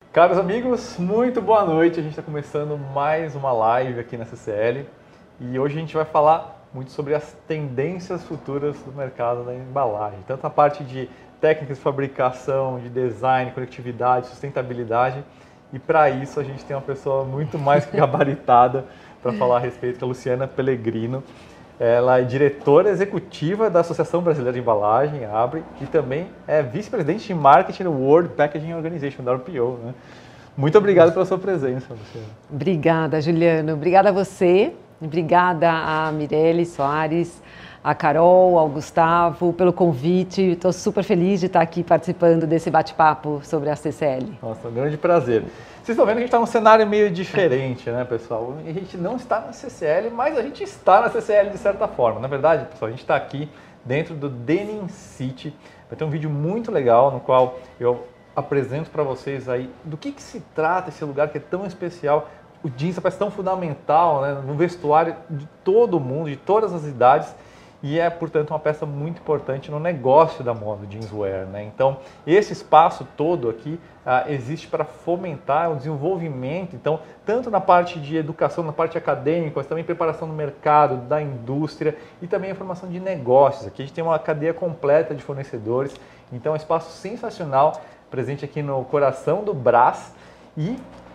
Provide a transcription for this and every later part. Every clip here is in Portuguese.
Caros amigos, muito boa noite. A gente está começando mais uma live aqui na CCL e hoje a gente vai falar muito sobre as tendências futuras do mercado da embalagem, tanto a parte de técnicas de fabricação, de design, conectividade, sustentabilidade, e para isso a gente tem uma pessoa muito mais que gabaritada para falar a respeito, que é a Luciana Pellegrino. Ela é diretora executiva da Associação Brasileira de Embalagem, ABRE, e também é vice-presidente de marketing do World Packaging Organization, da WPO, né? Muito obrigado pela sua presença, Luciana. Obrigada, Juliano. Obrigada a você. Obrigada a Mirelle Soares, a Carol, ao Gustavo, pelo convite. Estou super feliz de estar aqui participando desse bate-papo sobre a CCL. Nossa, um grande prazer. Vocês estão vendo que a gente está num cenário meio diferente, né, pessoal? A gente não está na CCL, mas a gente está na CCL de certa forma. Na verdade, pessoal, a gente está aqui dentro do Denim City. Vai ter um vídeo muito legal no qual eu apresento para vocês aí do que se trata esse lugar que é tão especial. O jeans parece tão fundamental, né, no vestuário de todo mundo, de todas as idades. E é, portanto, uma peça muito importante no negócio da moda, do jeanswear, né? Então, esse espaço todo aqui existe para fomentar o desenvolvimento, então, tanto na parte de educação, na parte acadêmica, mas também preparação do mercado, da indústria e também a formação de negócios. Aqui a gente tem uma cadeia completa de fornecedores, então é um espaço sensacional, presente aqui no coração do Brás. E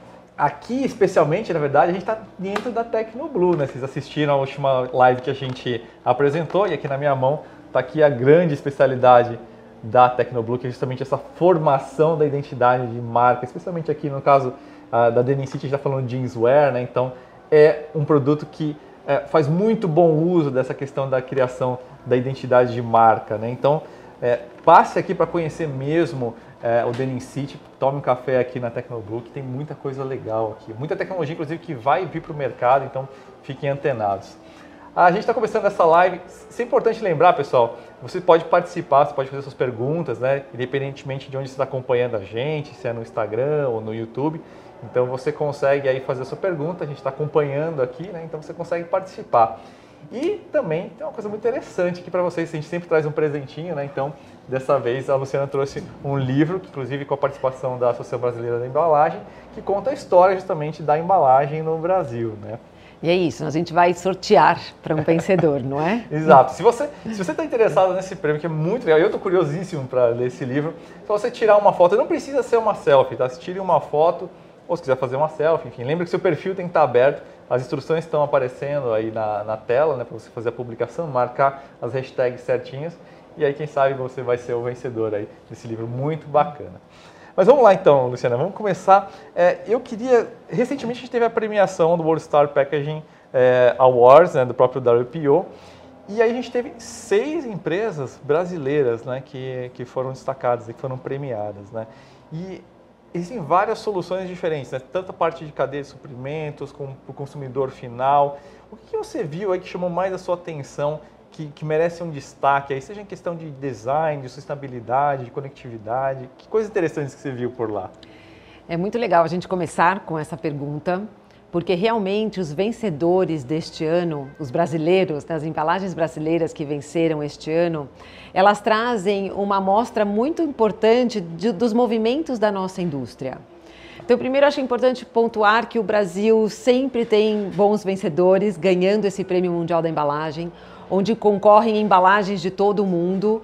aqui, especialmente, na verdade, a gente está dentro da Tecnoblue, né? Vocês assistiram a última live que a gente apresentou e aqui na minha mão está aqui a grande especialidade da Tecnoblue, que é justamente essa formação da identidade de marca, especialmente aqui no caso da Denim City, a gente está falando de jeanswear, né? Então é um produto que faz muito bom uso dessa questão da criação da identidade de marca, né? Então passe aqui para conhecer mesmo o Denim City, tome um café aqui na Tecnoblue, que tem muita coisa legal aqui, muita tecnologia inclusive que vai vir para o mercado, então fiquem antenados. A gente está começando essa live, isso é importante lembrar, pessoal, você pode participar, você pode fazer suas perguntas, né, independentemente de onde você está acompanhando a gente, se é no Instagram ou no YouTube, então você consegue aí fazer a sua pergunta, a gente está acompanhando aqui, né, então você consegue participar. E também tem uma coisa muito interessante aqui para vocês, a gente sempre traz um presentinho, né? Então, dessa vez a Luciana trouxe um livro, inclusive com a participação da Associação Brasileira da Embalagem, que conta a história justamente da embalagem no Brasil, né? E é isso, a gente vai sortear para um vencedor, não é? Exato. Se você está interessado nesse prêmio, que é muito legal, eu estou curiosíssimo para ler esse livro, se você tirar uma foto, não precisa ser uma selfie, tá? Se tire uma foto, ou se quiser fazer uma selfie, enfim, lembra que seu perfil tem que estar aberto, as instruções estão aparecendo aí na tela, né, para você fazer a publicação, marcar as hashtags certinhas, e aí quem sabe você vai ser o vencedor aí desse livro muito bacana. Mas vamos lá então, Luciana, vamos começar. Recentemente a gente teve a premiação do World Star Packaging Awards, né, do próprio WPO, e aí a gente teve 6 empresas brasileiras, né, que foram destacadas e que foram premiadas, né, e existem várias soluções diferentes, né? Tanto a parte de cadeia de suprimentos, como para o consumidor final. O que você viu aí que chamou mais a sua atenção, que merece um destaque, aí, seja em questão de design, de sustentabilidade, de conectividade? Que coisas interessantes que você viu por lá? É muito legal a gente começar com essa pergunta, porque realmente os vencedores deste ano, os brasileiros, né, as embalagens brasileiras que venceram este ano, elas trazem uma amostra muito importante dos movimentos da nossa indústria. Então, primeiro, acho importante pontuar que o Brasil sempre tem bons vencedores, ganhando esse Prêmio Mundial da Embalagem, onde concorrem embalagens de todo o mundo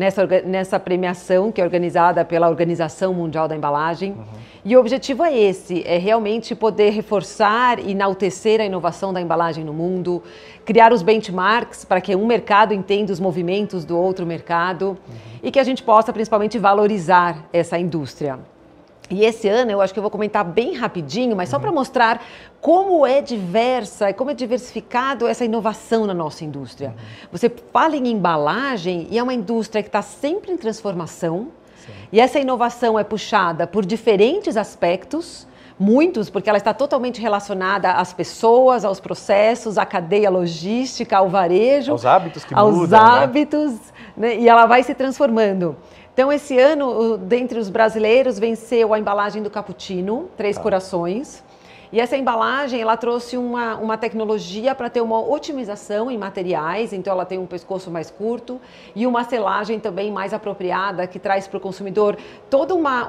nessa premiação que é organizada pela Organização Mundial da Embalagem. Uhum. E o objetivo é esse, é realmente poder reforçar e enaltecer a inovação da embalagem no mundo, criar os benchmarks para que um mercado entenda os movimentos do outro mercado, e que a gente possa principalmente valorizar essa indústria. E esse ano eu acho que eu vou comentar bem rapidinho, mas só para mostrar como é diversa, como é diversificado essa inovação na nossa indústria. Você fala em embalagem e é uma indústria que está sempre em transformação. Sim. E essa inovação é puxada por diferentes aspectos, muitos, porque ela está totalmente relacionada às pessoas, aos processos, à cadeia logística, ao varejo. Aos hábitos que mudam, Aos hábitos, né? E ela vai se transformando. Então, esse ano, dentre os brasileiros, venceu a embalagem do Cappuccino, 3 Corações. E essa embalagem, ela trouxe uma tecnologia para ter uma otimização em materiais, então ela tem um pescoço mais curto e uma selagem também mais apropriada, que traz para o consumidor toda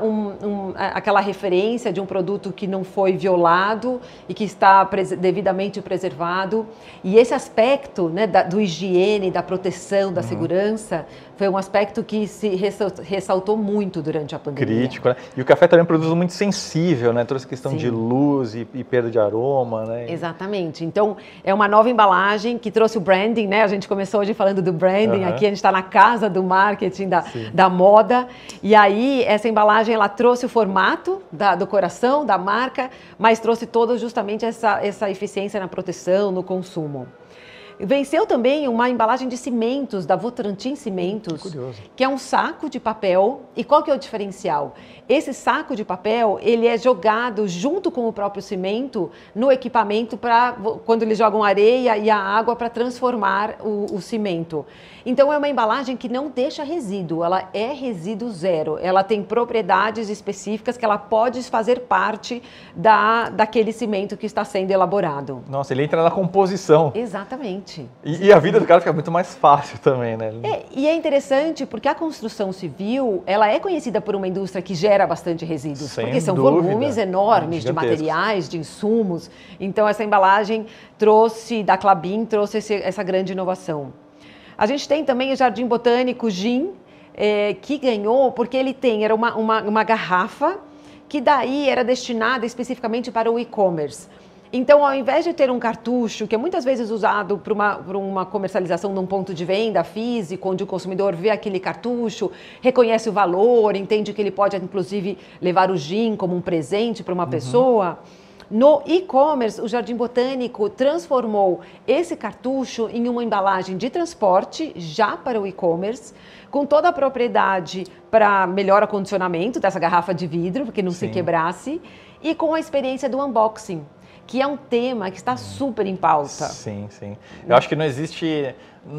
aquela referência de um produto que não foi violado e que está devidamente preservado. E esse aspecto, né, do higiene, da proteção, da segurança, foi um aspecto que se ressaltou muito durante a pandemia. Crítico, né? E o café também é um produto muito sensível, né? Toda essa questão Sim. de luz e perda de aroma, né? Exatamente. Então, é uma nova embalagem que trouxe o branding, né? A gente começou hoje falando do branding, aqui a gente está na casa do marketing, da moda. E aí, essa embalagem, ela trouxe o formato do coração, da marca, mas trouxe toda justamente essa eficiência na proteção, no consumo. Venceu também uma embalagem de cimentos, da Votorantim Cimentos, que é um saco de papel. E qual que é o diferencial? Esse saco de papel, ele é jogado junto com o próprio cimento no equipamento para quando eles jogam areia e a água para transformar o cimento. Então é uma embalagem que não deixa resíduo, ela é resíduo zero. Ela tem propriedades específicas que ela pode fazer parte daquele cimento que está sendo elaborado. Nossa, ele entra na composição. Exatamente. E a vida do cara fica muito mais fácil também, né? E é interessante porque a construção civil, ela é conhecida por uma indústria que gera bastante resíduos, porque são volumes enormes de materiais, de insumos. Então essa embalagem da Klabin trouxe essa grande inovação. A gente tem também o Jardim Botânico Gin, que ganhou porque era uma garrafa que daí era destinada especificamente para o e-commerce. Então, ao invés de ter um cartucho, que é muitas vezes usado para uma comercialização num ponto de venda físico, onde o consumidor vê aquele cartucho, reconhece o valor, entende que ele pode, inclusive, levar o gin como um presente para uma pessoa, no e-commerce, o Jardim Botânico transformou esse cartucho em uma embalagem de transporte, já para o e-commerce, com toda a propriedade para melhor acondicionamento dessa garrafa de vidro, porque não se quebrasse, e com a experiência do unboxing, que é um tema que está super em pauta. Sim, sim. Eu acho que não existe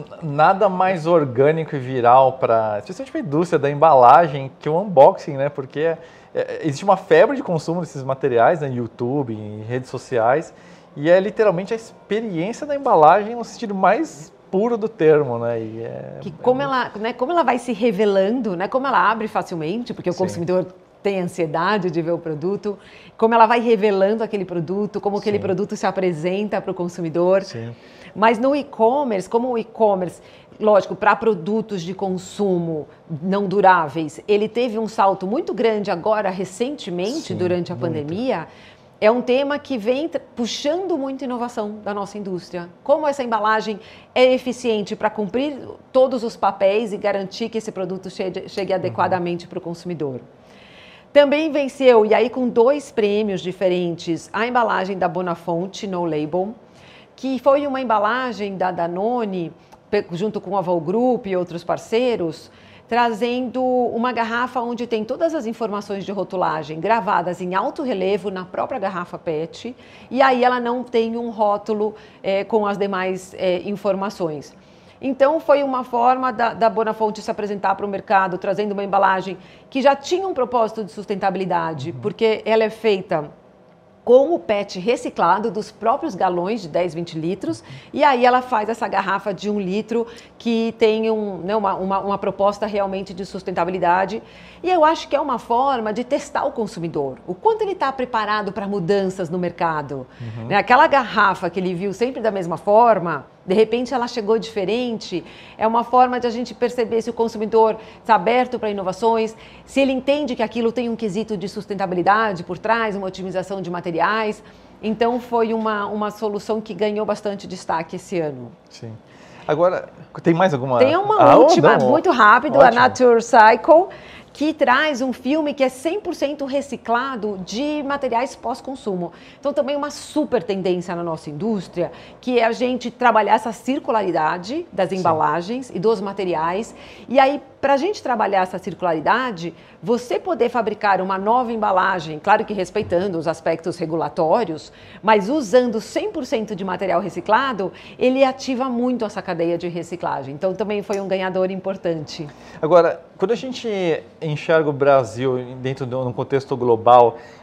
nada mais orgânico e viral para, especialmente para a indústria da embalagem, que o unboxing, né? Porque existe uma febre de consumo desses materiais, né? YouTube, em redes sociais, e é literalmente a experiência da embalagem no sentido mais puro do termo, né? Como ela vai se revelando, né? Como ela abre facilmente, porque o consumidor tem ansiedade de ver o produto, como ela vai revelando aquele produto, como aquele produto se apresenta para o consumidor. Sim. Mas no e-commerce, como o e-commerce, lógico, para produtos de consumo não duráveis, ele teve um salto muito grande agora, recentemente, durante a pandemia, é um tema que vem puxando muita inovação da nossa indústria. Como essa embalagem é eficiente para cumprir todos os papéis e garantir que esse produto chegue adequadamente para o consumidor. Também venceu, e aí com 2 prêmios diferentes, a embalagem da Bonafonte No Label, que foi uma embalagem da Danone, junto com a Vol Group e outros parceiros, trazendo uma garrafa onde tem todas as informações de rotulagem gravadas em alto relevo na própria garrafa PET, e aí ela não tem um rótulo com as demais informações. Então, foi uma forma da Bonafonte se apresentar para o mercado, trazendo uma embalagem que já tinha um propósito de sustentabilidade, porque ela é feita com o PET reciclado dos próprios galões de 10, 20 litros, e aí ela faz essa garrafa de 1 litro que tem uma proposta realmente de sustentabilidade. E eu acho que é uma forma de testar o consumidor, o quanto ele está preparado para mudanças no mercado. Né? Aquela garrafa que ele viu sempre da mesma forma, de repente ela chegou diferente, é uma forma de a gente perceber se o consumidor está aberto para inovações, se ele entende que aquilo tem um quesito de sustentabilidade por trás, uma otimização de materiais. Então foi uma solução que ganhou bastante destaque esse ano. Sim. Agora, tem mais alguma? Tem uma última, muito rápido, a Nature Cycle, que traz um filme que é 100% reciclado de materiais pós-consumo. Então, também uma super tendência na nossa indústria, que é a gente trabalhar essa circularidade das embalagens e dos materiais. E aí, para a gente trabalhar essa circularidade, você poder fabricar uma nova embalagem, claro que respeitando os aspectos regulatórios, mas usando 100% de material reciclado, ele ativa muito essa cadeia de reciclagem. Então, também foi um ganhador importante. Agora, quando a gente enxerga o Brasil dentro de um contexto global,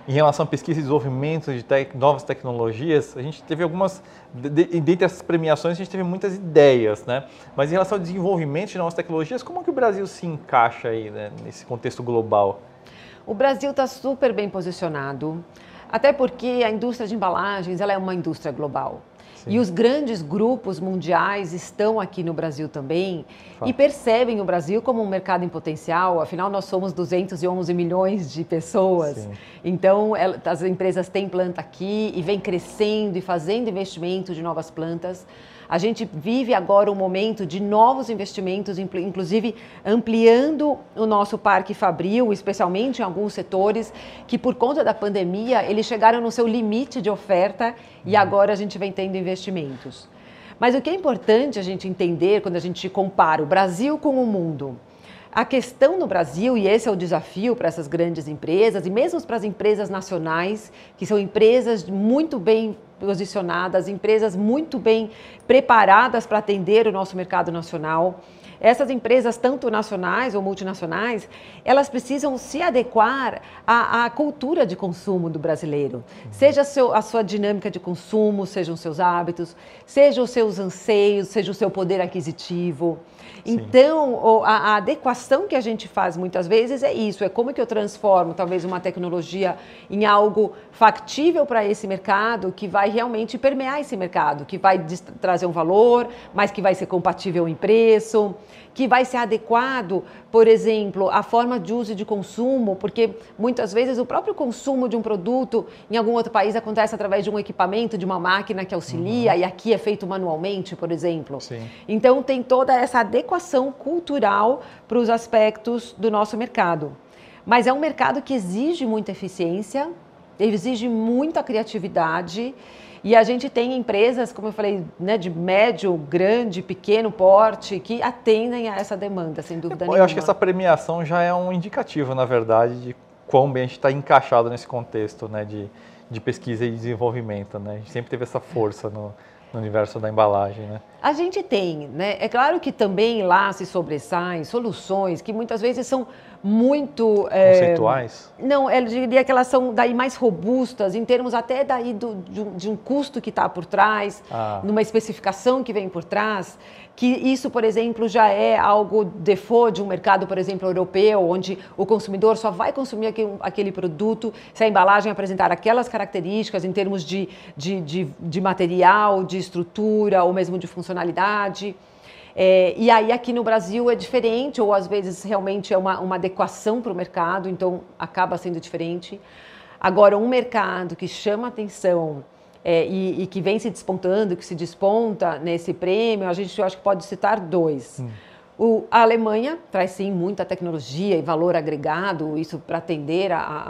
em relação à pesquisa e desenvolvimento de novas tecnologias, a gente teve algumas, dentre essas premiações, a gente teve muitas ideias, né? Mas em relação ao desenvolvimento de novas tecnologias, como é que o Brasil se encaixa aí, né, nesse contexto global? O Brasil está super bem posicionado, até porque a indústria de embalagens ela é uma indústria global. Sim. E os grandes grupos mundiais estão aqui no Brasil também e percebem o Brasil como um mercado em potencial. Afinal, nós somos 211 milhões de pessoas. Sim. Então, as empresas têm planta aqui e vêm crescendo e fazendo investimento de novas plantas. A gente vive agora um momento de novos investimentos, inclusive ampliando o nosso parque fabril, especialmente em alguns setores que, por conta da pandemia, eles chegaram no seu limite de oferta e agora a gente vem tendo investimentos. Mas o que é importante a gente entender quando a gente compara o Brasil com o mundo? A questão no Brasil, e esse é o desafio para essas grandes empresas, e mesmo para as empresas nacionais, que são empresas muito bem posicionadas, empresas muito bem preparadas para atender o nosso mercado nacional. Essas empresas, tanto nacionais ou multinacionais, elas precisam se adequar à cultura de consumo do brasileiro. Seja a sua dinâmica de consumo, sejam os seus hábitos, sejam os seus anseios, seja o seu poder aquisitivo. Sim. Então, a adequação que a gente faz muitas vezes é isso, é como que eu transformo talvez uma tecnologia em algo factível para esse mercado, que vai realmente permear esse mercado, que vai trazer um valor, mas que vai ser compatível em preço, que vai ser adequado, por exemplo, à forma de uso e de consumo, porque muitas vezes o próprio consumo de um produto em algum outro país acontece através de um equipamento, de uma máquina que auxilia, e aqui é feito manualmente, por exemplo. Sim. Então tem toda essa adequação cultural para os aspectos do nosso mercado. Mas é um mercado que exige muita eficiência, exige muita criatividade. E a gente tem empresas, como eu falei, né, de médio, grande, pequeno porte, que atendem a essa demanda, sem dúvida nenhuma. Eu acho que essa premiação já é um indicativo, na verdade, de quão bem a gente está encaixado nesse contexto, né, de pesquisa e desenvolvimento. Né? A gente sempre teve essa força no universo da embalagem, né? A gente tem, né? É claro que também lá se sobressaem soluções que muitas vezes são muito... conceituais? Não, eu diria que elas são daí mais robustas, em termos até daí de um custo que está por trás, numa especificação que vem por trás, que isso, por exemplo, já é algo default de um mercado, por exemplo, europeu, onde o consumidor só vai consumir aquele produto se a embalagem apresentar aquelas características em termos de material, de estrutura ou mesmo de funcionalidade. E aí aqui no Brasil é diferente, ou às vezes realmente é uma adequação para o mercado, então acaba sendo diferente. Agora, um mercado que chama atenção e que vem se despontando, que se desponta nesse prêmio, eu acho que pode citar dois. A Alemanha traz sim muita tecnologia e valor agregado, isso para atender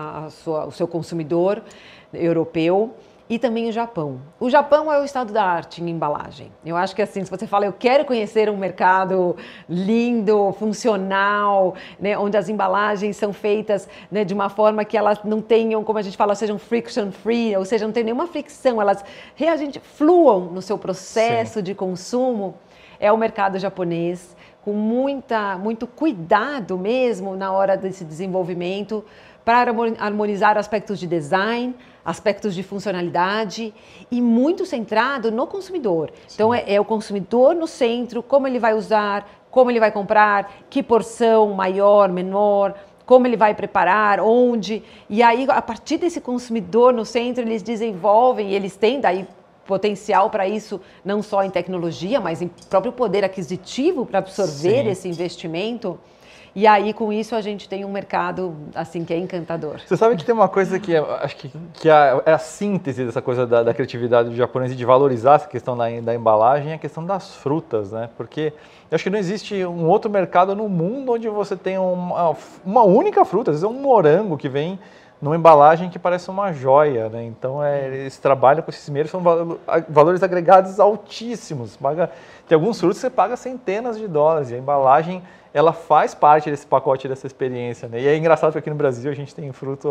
o seu consumidor europeu. E também o Japão. O Japão é o estado da arte em embalagem. Eu acho que assim, se você fala, eu quero conhecer um mercado lindo, funcional, né, onde as embalagens são feitas, né, de uma forma que elas não tenham, como a gente fala, sejam friction free, ou seja, não tem nenhuma fricção, elas realmente fluam no seu processo de consumo, é o mercado japonês, com muito cuidado mesmo na hora desse desenvolvimento, para harmonizar aspectos de design, aspectos de funcionalidade e muito centrado no consumidor. Sim. Então, é o consumidor no centro, como ele vai usar, como ele vai comprar, que porção maior, menor, como ele vai preparar, onde. E aí, a partir desse consumidor no centro, eles desenvolvem, e eles têm daí potencial para isso, não só em tecnologia, mas em próprio poder aquisitivo para absorver esse investimento. E aí, com isso, a gente tem um mercado, assim, que é encantador. Você sabe que tem uma coisa que acho que é a síntese dessa coisa da criatividade do japonês e de valorizar essa questão da embalagem, é a questão das frutas, né? Porque eu acho que não existe um outro mercado no mundo onde você tem uma única fruta, às vezes é um morango que vem numa embalagem que parece uma joia, né? Então, eles trabalham com esses meios, são valores agregados altíssimos. Tem alguns frutos que você paga centenas de dólares e a embalagem, ela faz parte desse pacote, dessa experiência, né? E é engraçado que aqui no Brasil a gente tem fruto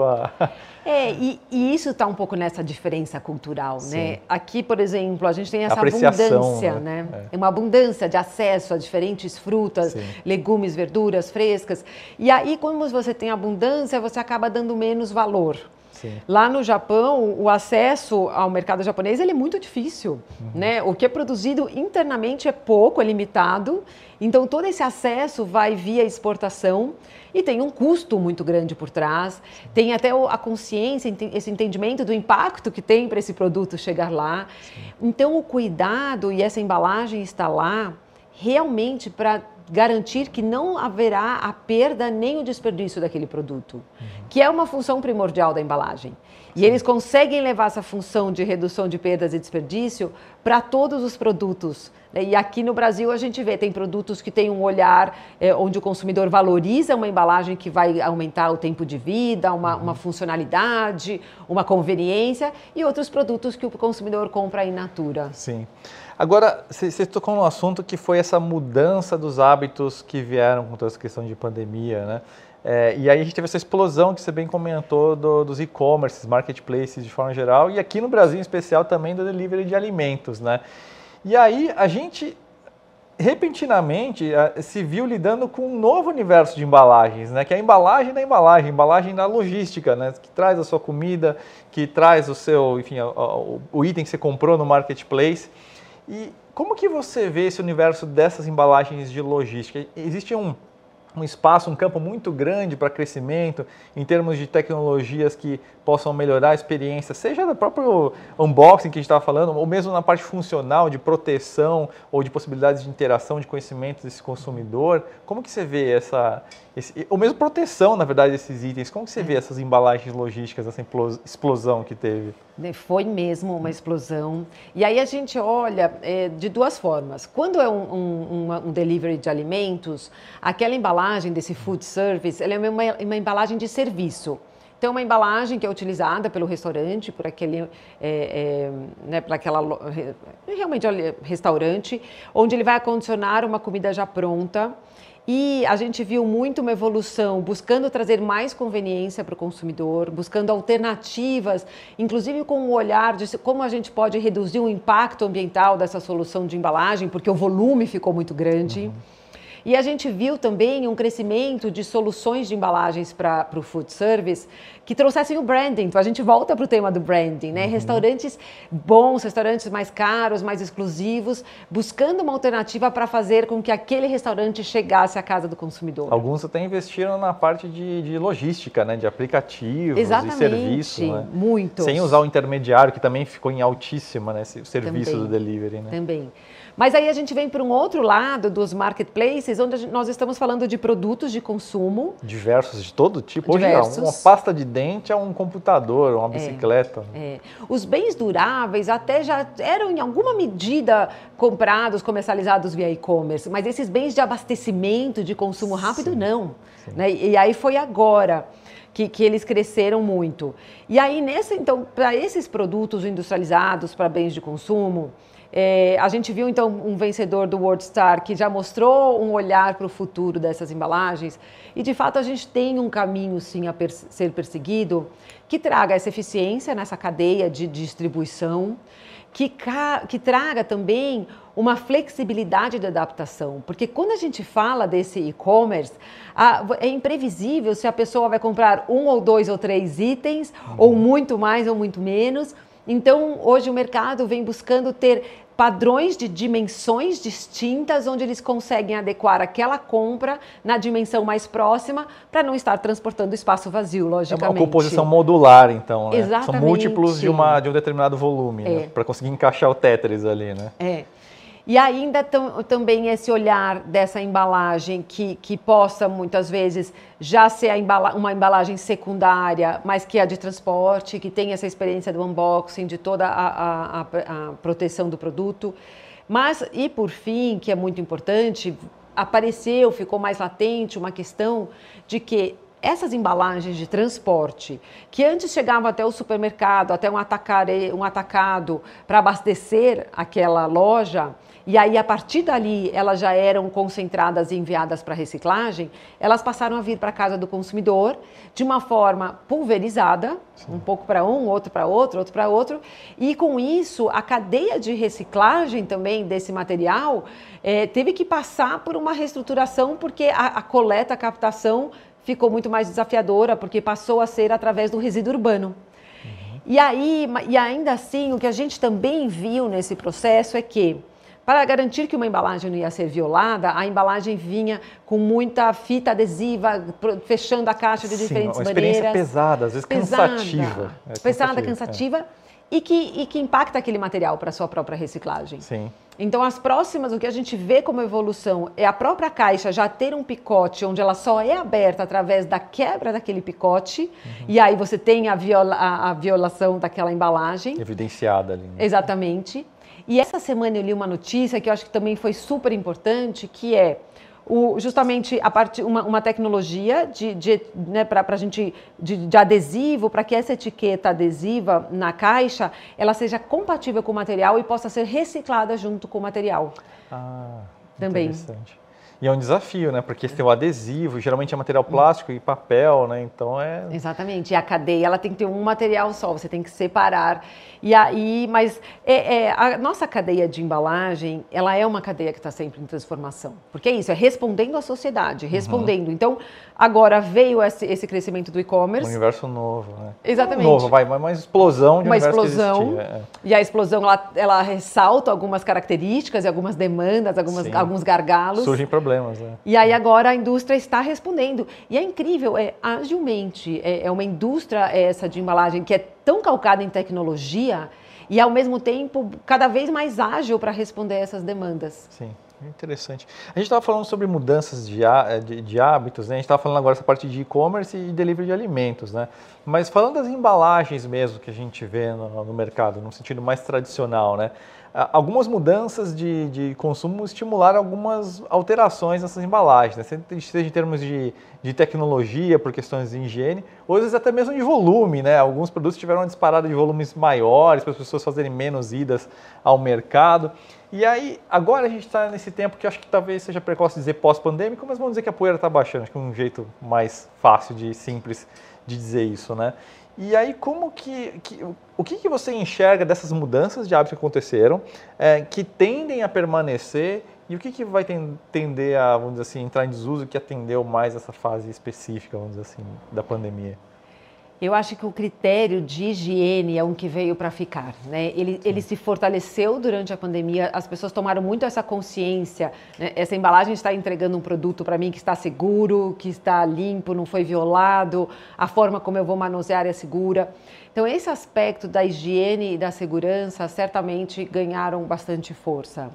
e isso está um pouco nessa diferença cultural, né? Aqui, por exemplo, a gente tem essa apreciação, abundância, né? É uma abundância de acesso a diferentes frutas, legumes, verduras frescas. E aí, quando você tem abundância, você acaba dando menos valor. Sim. Lá no Japão, o acesso ao mercado japonês ele é muito difícil, né? O que é produzido internamente é pouco, é limitado. Então, todo esse acesso vai via exportação e tem um custo muito grande por trás. Tem até a consciência, esse entendimento do impacto que tem para esse produto chegar lá. Sim. Então, o cuidado e essa embalagem está lá realmente para garantir que não haverá a perda nem o desperdício daquele produto, que é uma função primordial da embalagem. E eles conseguem levar essa função de redução de perdas e desperdício para todos os produtos. E aqui no Brasil a gente vê, tem produtos que têm um olhar onde o consumidor valoriza uma embalagem que vai aumentar o tempo de vida, uma funcionalidade, uma conveniência, e outros produtos que o consumidor compra in natura. Sim. Agora, você tocou num assunto que foi essa mudança dos hábitos que vieram com toda essa questão de pandemia, né? E aí a gente teve essa explosão que você bem comentou dos e-commerces, marketplaces de forma geral, e aqui no Brasil em especial também do delivery de alimentos, né? E aí a gente repentinamente se viu lidando com um novo universo de embalagens, né? Que é a embalagem da embalagem, embalagem da logística, né? Que traz a sua comida, que traz o seu, enfim, o item que você comprou no marketplace. E como que você vê esse universo dessas embalagens de logística? Existe um espaço, um campo muito grande para crescimento em termos de tecnologias que possam melhorar a experiência, seja do próprio unboxing que a gente estava falando, ou mesmo na parte funcional de proteção ou de possibilidades de interação, de conhecimento desse consumidor. Como que você vê ou mesmo proteção, na verdade, desses itens? Como que você vê essas embalagens logísticas, essa explosão que teve? Foi mesmo uma explosão. E aí a gente olha de duas formas. Quando é um delivery de alimentos, aquela embalagem desse food service, ela é uma embalagem de serviço. Então, uma embalagem que é utilizada pelo restaurante, por aquele, né, para aquela realmente restaurante, onde ele vai acondicionar uma comida já pronta. E a gente viu muito uma evolução buscando trazer mais conveniência para o consumidor, buscando alternativas, inclusive com o olhar de como a gente pode reduzir o impacto ambiental dessa solução de embalagem, porque o volume ficou muito grande. E a gente viu também um crescimento de soluções de embalagens para o food service que trouxessem o branding. Então a gente volta para o tema do branding, né? Restaurantes bons, restaurantes mais caros, mais exclusivos, buscando uma alternativa para fazer com que aquele restaurante chegasse à casa do consumidor. Alguns até investiram na parte de logística, né? De aplicativos Exatamente, e serviços, né? Muitos. Sem usar o intermediário, que também ficou em altíssima, né? Esse serviço também, do delivery, né? Também. Mas aí a gente vem para um outro lado dos marketplaces, onde nós estamos falando de produtos de consumo. Diversos, de todo tipo. Diversos. Hoje, uma pasta de dente é um computador, uma bicicleta. Os bens duráveis até já eram, em alguma medida, comprados, comercializados via e-commerce, mas esses bens de abastecimento, de consumo rápido, não. Né? E aí foi agora que eles cresceram muito. E aí, então, para esses produtos industrializados, para bens de consumo, a gente viu, então, um vencedor do WorldStar que já mostrou um olhar para o futuro dessas embalagens e, de fato, a gente tem um caminho, sim, a ser perseguido que traga essa eficiência nessa cadeia de distribuição, que traga também uma flexibilidade de adaptação, porque quando a gente fala desse e-commerce, é imprevisível se a pessoa vai comprar 1 ou 2 ou 3 itens, ou muito mais ou muito menos. Então, hoje o mercado vem buscando ter padrões de dimensões distintas, onde eles conseguem adequar aquela compra na dimensão mais próxima, para não estar transportando espaço vazio, logicamente. É uma composição modular, então, né? Exatamente. São múltiplos de um determinado volume, né? Para conseguir encaixar o Tetris ali, né? E ainda também esse olhar dessa embalagem que possa, muitas vezes, já ser uma embalagem secundária, mas que é de transporte, que tem essa experiência do unboxing, de toda a proteção do produto. Mas, e por fim, que é muito importante, ficou mais latente uma questão de que essas embalagens de transporte, que antes chegavam até o supermercado, até um atacado para abastecer aquela loja, e aí a partir dali elas já eram concentradas e enviadas para reciclagem, elas passaram a vir para a casa do consumidor de uma forma pulverizada, um pouco para um, outro para outro, outro para outro, e com isso a cadeia de reciclagem também desse material teve que passar por uma reestruturação, porque a coleta, a captação ficou muito mais desafiadora, porque passou a ser através do resíduo urbano. E ainda assim, o que a gente também viu nesse processo é que, para garantir que uma embalagem não ia ser violada, a embalagem vinha com muita fita adesiva, fechando a caixa de diferentes uma maneiras. Experiência pesada, às vezes cansativa. Pesada, cansativa. E que impacta aquele material para a sua própria reciclagem. Sim. Então, as próximas, o que a gente vê como evolução é a própria caixa já ter um picote onde ela só é aberta através da quebra daquele picote, e aí você tem a violação daquela embalagem. Evidenciada ali. Né? Exatamente. E essa semana eu li uma notícia que eu acho que também foi super importante, que é justamente uma tecnologia né, para gente de adesivo, para que essa etiqueta adesiva na caixa ela seja compatível com o material e possa ser reciclada junto com o material. Também. Interessante. E é um desafio, né? Porque tem o adesivo, geralmente é material plástico e papel, né? Então é... Exatamente. E a cadeia, ela tem que ter um material só, você tem que separar. Mas a nossa cadeia de embalagem, ela é uma cadeia que está sempre em transformação. Porque é isso, é respondendo à sociedade, respondendo. Então, agora veio esse crescimento do e-commerce. Um universo novo, né? Exatamente. Novo, uma explosão de uma universo explosão. Que existia. E a explosão, ela ressalta algumas características e algumas demandas, alguns gargalos. Surgem problemas, né? E aí agora a indústria está respondendo. E é incrível, agilmente, é uma indústria essa de embalagem que é tão calcada em tecnologia e ao mesmo tempo cada vez mais ágil para responder a essas demandas. Sim. Interessante. A gente estava falando sobre mudanças de hábitos, né? A gente estava falando agora essa parte de e-commerce e delivery de alimentos, né? Mas falando das embalagens mesmo que a gente vê no mercado, no sentido mais tradicional, né? Algumas mudanças de consumo estimularam algumas alterações nessas embalagens, né? Seja em termos de tecnologia, por questões de higiene, ou às vezes até mesmo de volume, né? Alguns produtos tiveram uma disparada de volumes maiores para as pessoas fazerem menos idas ao mercado. E aí, agora a gente está nesse tempo que eu acho que talvez seja precoce dizer pós-pandêmico, mas vamos dizer que a poeira está baixando, acho que é um jeito mais fácil simples de dizer isso, né? E aí, o que você enxerga dessas mudanças de hábitos que aconteceram, que tendem a permanecer, e o que vai tender a, vamos dizer assim, entrar em desuso, que atendeu mais essa fase específica, vamos dizer assim, da pandemia? Eu acho que o critério de higiene é um que veio para ficar, né? Ele se fortaleceu durante a pandemia, as pessoas tomaram muito essa consciência, né? Essa embalagem está entregando um produto para mim que está seguro, que está limpo, não foi violado, a forma como eu vou manusear é segura. Então, esse aspecto da higiene e da segurança certamente ganharam bastante força.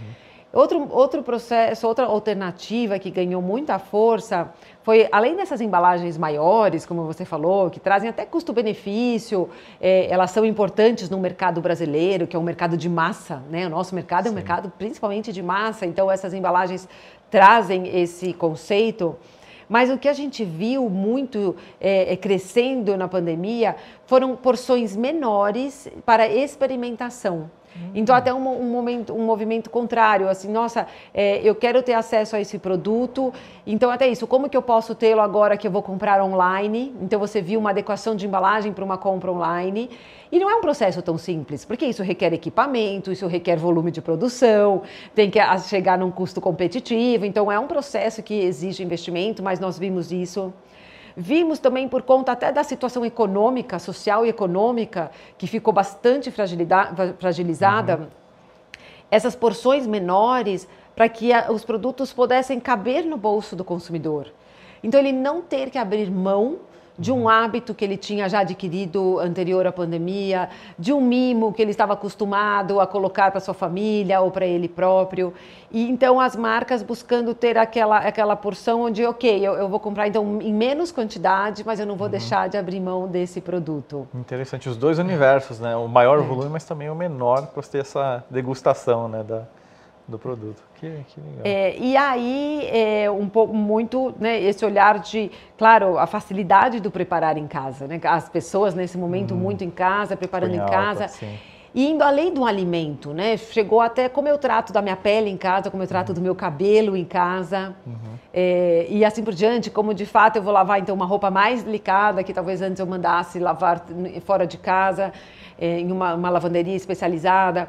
Outro processo, outra alternativa que ganhou muita força foi, além dessas embalagens maiores, como você falou, que trazem até custo-benefício, elas são importantes no mercado brasileiro, que é um mercado de massa, né? O nosso mercado é um mercado principalmente de massa, então essas embalagens trazem esse conceito. Mas o que a gente viu muito crescendo na pandemia foram porções menores para experimentação. Então, até um movimento contrário, assim, nossa, eu quero ter acesso a esse produto, então até isso, como que eu posso tê-lo agora que eu vou comprar online? Então, você viu uma adequação de embalagem para uma compra online, e não é um processo tão simples, porque isso requer equipamento, isso requer volume de produção, tem que chegar num custo competitivo, então é um processo que exige investimento, mas nós vimos isso. Vimos também por conta até da situação econômica, social e econômica, que ficou bastante fragilizada, essas porções menores para que os produtos pudessem caber no bolso do consumidor. Então, ele não ter que abrir mão de um hábito que ele tinha já adquirido anterior à pandemia, de um mimo que ele estava acostumado a colocar para sua família ou para ele próprio. E então as marcas buscando ter aquela porção onde, ok, eu vou comprar então em menos quantidade, mas eu não vou deixar de abrir mão desse produto. Interessante, os dois universos, né? O maior volume, mas também o menor, para você ter essa degustação, né, do produto. Que legal. E aí, um pouco muito, né, esse olhar de, claro, a facilidade do preparar em casa, né? As pessoas nesse momento muito em casa, preparando em casa. Sim. E indo além do alimento, né? Chegou até como eu trato da minha pele em casa, como eu trato do meu cabelo em casa. E assim por diante, como de fato eu vou lavar então uma roupa mais delicada, que talvez antes eu mandasse lavar fora de casa, em uma lavanderia especializada.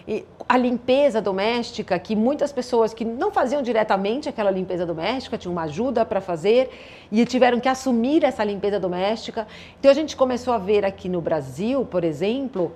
A limpeza doméstica, que muitas pessoas que não faziam diretamente aquela limpeza doméstica, tinham uma ajuda para fazer e tiveram que assumir essa limpeza doméstica. Então a gente começou a ver aqui no Brasil, por exemplo,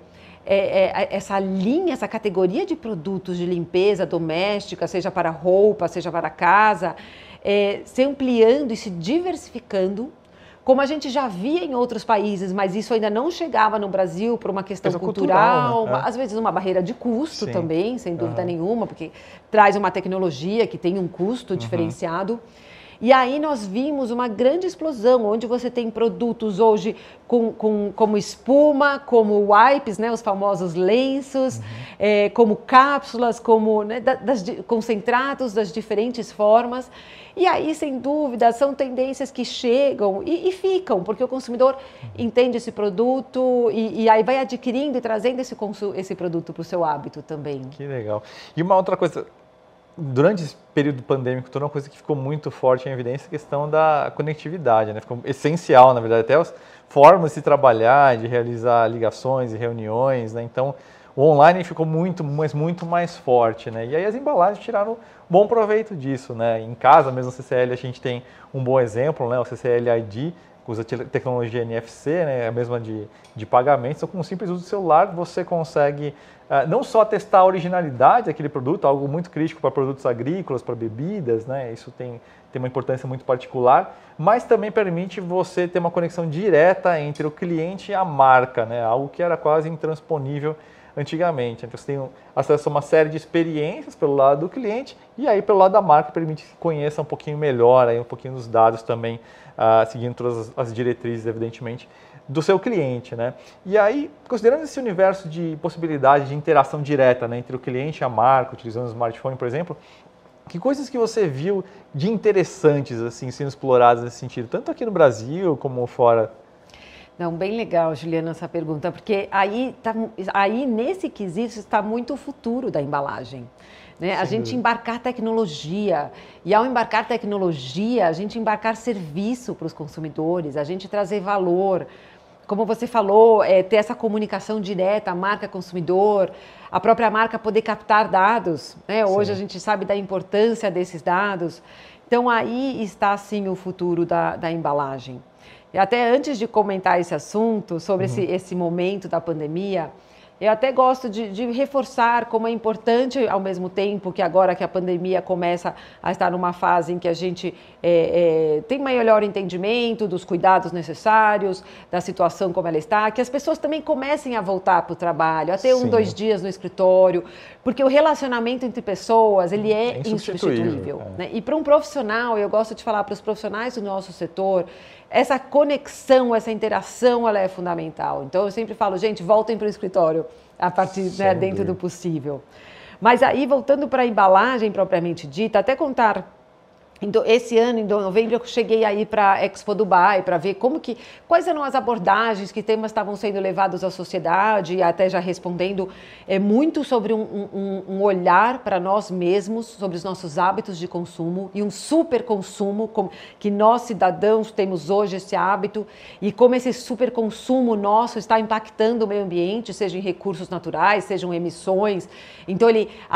essa linha, essa categoria de produtos de limpeza doméstica, seja para roupa, seja para casa, se ampliando e se diversificando, como a gente já via em outros países, mas isso ainda não chegava no Brasil por uma questão cultural, né? Às vezes uma barreira de custo também, sem dúvida nenhuma, porque traz uma tecnologia que tem um custo diferenciado. E aí nós vimos uma grande explosão, onde você tem produtos hoje como espuma, como wipes, né, os famosos lenços, como cápsulas, como né, concentrados das diferentes formas. E aí, sem dúvida, são tendências que chegam e ficam, porque o consumidor entende esse produto e aí vai adquirindo e trazendo esse produto para o seu hábito também. Que legal. E uma outra coisa, durante esse período pandêmico, toda uma coisa que ficou muito forte em evidência, a questão da conectividade, né? Ficou essencial, na verdade, até as formas de se trabalhar, de realizar ligações e reuniões, né? Então, o online ficou muito mais forte, né? E aí as embalagens tiraram bom proveito disso, né? Em casa, mesmo a CCL, a gente tem um bom exemplo, né? O CCL ID, que usa tecnologia NFC, né? A mesma de pagamento. Então, com um simples uso do celular, você consegue não só testar a originalidade daquele produto, algo muito crítico para produtos agrícolas, para bebidas, né? Isso tem uma importância muito particular, mas também permite você ter uma conexão direta entre o cliente e a marca, né? Algo que era quase intransponível antigamente. Então, você tem acesso a uma série de experiências pelo lado do cliente e aí pelo lado da marca permite que conheça um pouquinho melhor, aí, um pouquinho dos dados também, seguindo todas as diretrizes, evidentemente, do seu cliente, né? E aí, considerando esse universo de possibilidade de interação direta, né, entre o cliente e a marca, utilizando o smartphone, por exemplo, que coisas que você viu de interessantes assim sendo exploradas nesse sentido, tanto aqui no Brasil como fora? Não, bem legal, Juliana, essa pergunta, porque aí nesse quesito está muito o futuro da embalagem. Né? A gente embarcar tecnologia, e ao embarcar tecnologia, a gente embarcar serviço para os consumidores, a gente trazer valor. Como você falou, ter essa comunicação direta, marca-consumidor, a própria marca poder captar dados. Né? Hoje a gente sabe da importância desses dados. Então aí está, sim, o futuro da embalagem. E até antes de comentar esse assunto, sobre esse momento da pandemia, eu até gosto de reforçar como é importante, ao mesmo tempo que agora que a pandemia começa a estar numa fase em que a gente tem melhor entendimento dos cuidados necessários, da situação como ela está, que as pessoas também comecem a voltar para o trabalho, a ter 2 dias no escritório, porque o relacionamento entre pessoas, ele é insubstituível. Né? E para um profissional, eu gosto de falar para os profissionais do nosso setor, essa conexão, essa interação, ela é fundamental. Então, eu sempre falo, gente, voltem para o escritório a partir, né, dentro do possível. Mas aí, voltando para a embalagem propriamente dita, até contar... Então, esse ano, em novembro, eu cheguei aí para a Expo Dubai para ver quais eram as abordagens, que temas estavam sendo levados à sociedade, e até já respondendo muito sobre um olhar para nós mesmos, sobre os nossos hábitos de consumo e um super consumo, que nós cidadãos temos hoje esse hábito, e como esse super consumo nosso está impactando o meio ambiente, seja em recursos naturais, sejam emissões. Então,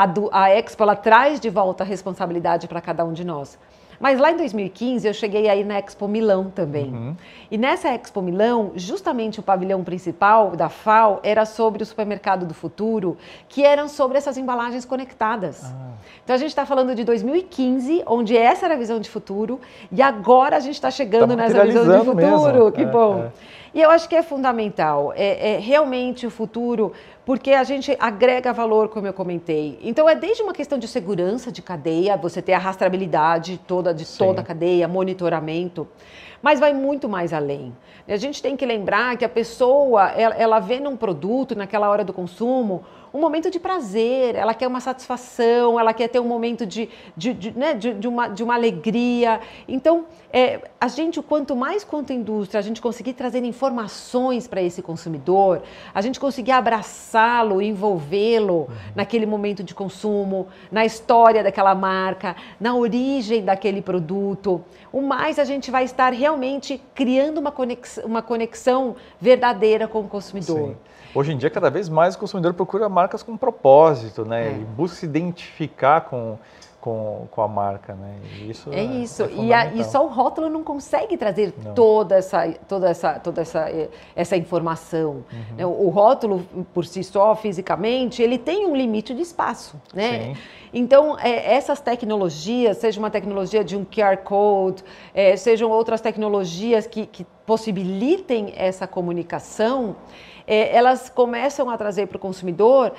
a Expo ela traz de volta a responsabilidade para cada um de nós. Mas lá em 2015 eu cheguei aí na Expo Milão também. E nessa Expo Milão, justamente o pavilhão principal da FAO era sobre o supermercado do futuro, que eram sobre essas embalagens conectadas. Então a gente está falando de 2015, onde essa era a visão de futuro, e agora a gente está chegando nessa visão de futuro. Mesmo. Que bom. E eu acho que é fundamental, realmente o futuro, porque a gente agrega valor, como eu comentei. Então, desde uma questão de segurança de cadeia, você ter a rastreabilidade toda a cadeia, monitoramento, mas vai muito mais além. A gente tem que lembrar que a pessoa, ela vê num produto, naquela hora do consumo, um momento de prazer, ela quer uma satisfação, ela quer ter um momento de uma alegria. Então, quanto a indústria, a gente conseguir trazer informações para esse consumidor, a gente conseguir abraçá-lo, envolvê-lo naquele momento de consumo, na história daquela marca, na origem daquele produto, o mais a gente vai estar realmente realmente criando uma conexão verdadeira com o consumidor. Sim. Hoje em dia, cada vez mais o consumidor procura marcas com propósito, né? Ele busca se identificar com a marca, né? E isso é isso. fundamental. E só o rótulo não consegue trazer toda essa informação. O rótulo, por si só, fisicamente, ele tem um limite de espaço, né? Sim. Então, essas tecnologias, seja uma tecnologia de um QR Code, sejam outras tecnologias que possibilitem essa comunicação, elas começam a trazer para o consumidor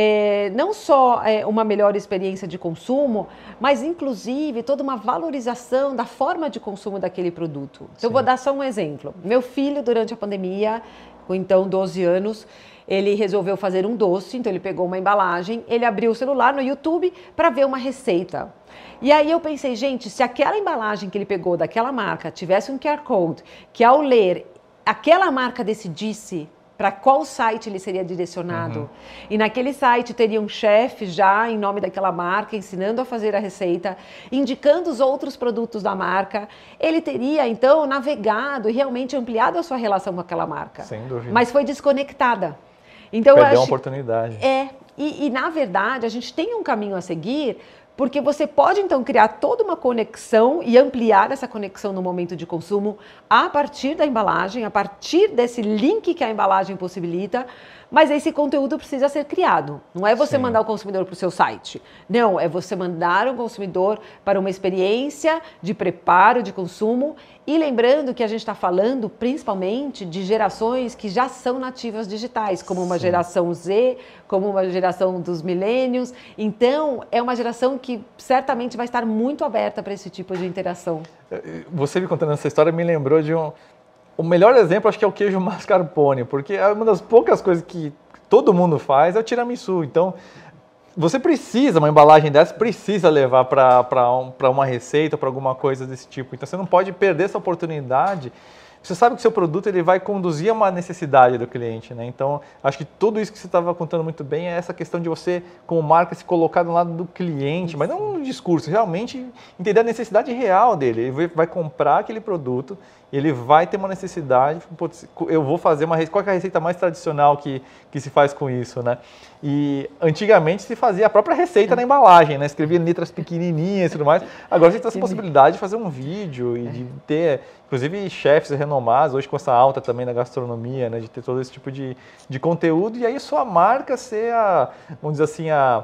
não só uma melhor experiência de consumo, mas inclusive toda uma valorização da forma de consumo daquele produto. Então, eu vou dar só um exemplo. Meu filho, durante a pandemia, com então 12 anos, ele resolveu fazer um doce, então ele pegou uma embalagem, ele abriu o celular no YouTube para ver uma receita. E aí eu pensei, gente, se aquela embalagem que ele pegou daquela marca tivesse um QR Code, que ao ler, aquela marca decidisse para qual site ele seria direcionado. E naquele site teria um chefe já em nome daquela marca, ensinando a fazer a receita, indicando os outros produtos da marca. Ele teria, então, navegado e realmente ampliado a sua relação com aquela marca. Sem dúvida. Mas foi desconectada. Então, perdeu uma oportunidade. E, na verdade, a gente tem um caminho a seguir, porque você pode, então, criar toda uma conexão e ampliar essa conexão no momento de consumo a partir da embalagem, a partir desse link que a embalagem possibilita, mas esse conteúdo precisa ser criado. Não é você mandar o consumidor para o seu site. Não, é você mandar o consumidor para uma experiência de preparo, de consumo. E lembrando que a gente está falando principalmente de gerações que já são nativas digitais, como uma geração Z, como uma geração dos milênios. Então, é uma geração que certamente vai estar muito aberta para esse tipo de interação. Você me contando essa história me lembrou de o melhor exemplo, acho que é o queijo mascarpone, porque é uma das poucas coisas que todo mundo faz é o tiramisu. Então, você precisa, uma embalagem dessa precisa levar para uma receita, para alguma coisa desse tipo. Então, você não pode perder essa oportunidade. Você sabe que o seu produto ele vai conduzir a uma necessidade do cliente, né? Então, acho que tudo isso que você estava contando muito bem é essa questão de você, como marca, se colocar do lado do cliente, mas não no discurso, realmente entender a necessidade real dele. Ele vai comprar aquele produto, ele vai ter uma necessidade, eu vou fazer uma receita, qual é a receita mais tradicional que se faz com isso, né? E antigamente se fazia a própria receita na embalagem, né? Escrevia em letras pequenininhas e tudo mais. Agora a gente tem essa possibilidade de fazer um vídeo e de ter, inclusive, chefes renomados, hoje com essa alta também da gastronomia, né? De ter todo esse tipo de conteúdo e aí sua marca ser vamos dizer assim, a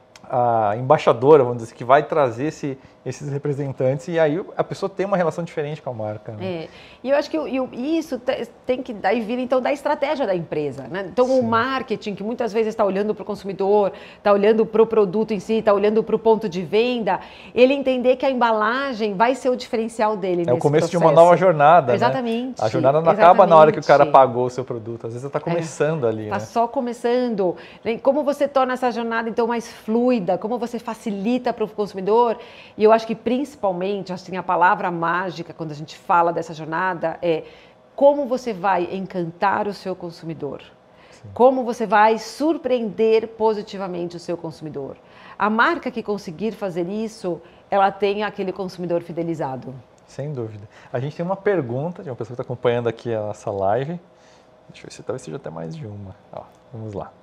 embaixadora, vamos dizer assim, que vai trazer esses representantes e aí a pessoa tem uma relação diferente com a marca. Né? E eu acho que isso tem que daí vir então da estratégia da empresa. Né? Então o marketing, que muitas vezes está olhando para o consumidor, está olhando para o produto em si, está olhando para o ponto de venda, ele entender que a embalagem vai ser o diferencial dele nesse o começo processo. De uma nova jornada. Exatamente. Né? A jornada não acaba na hora que o cara pagou o seu produto, às vezes está começando ali. Está né? só começando. Como você torna essa jornada então mais fluida, como você facilita para o consumidor, e eu acho que principalmente, assim, a palavra mágica quando a gente fala dessa jornada é como você vai encantar o seu consumidor, como você vai surpreender positivamente o seu consumidor. A marca que conseguir fazer isso, ela tem aquele consumidor fidelizado. Sem dúvida. A gente tem uma pergunta de uma pessoa que está acompanhando aqui a nossa live. Deixa eu ver se talvez seja até mais de uma. Vamos lá.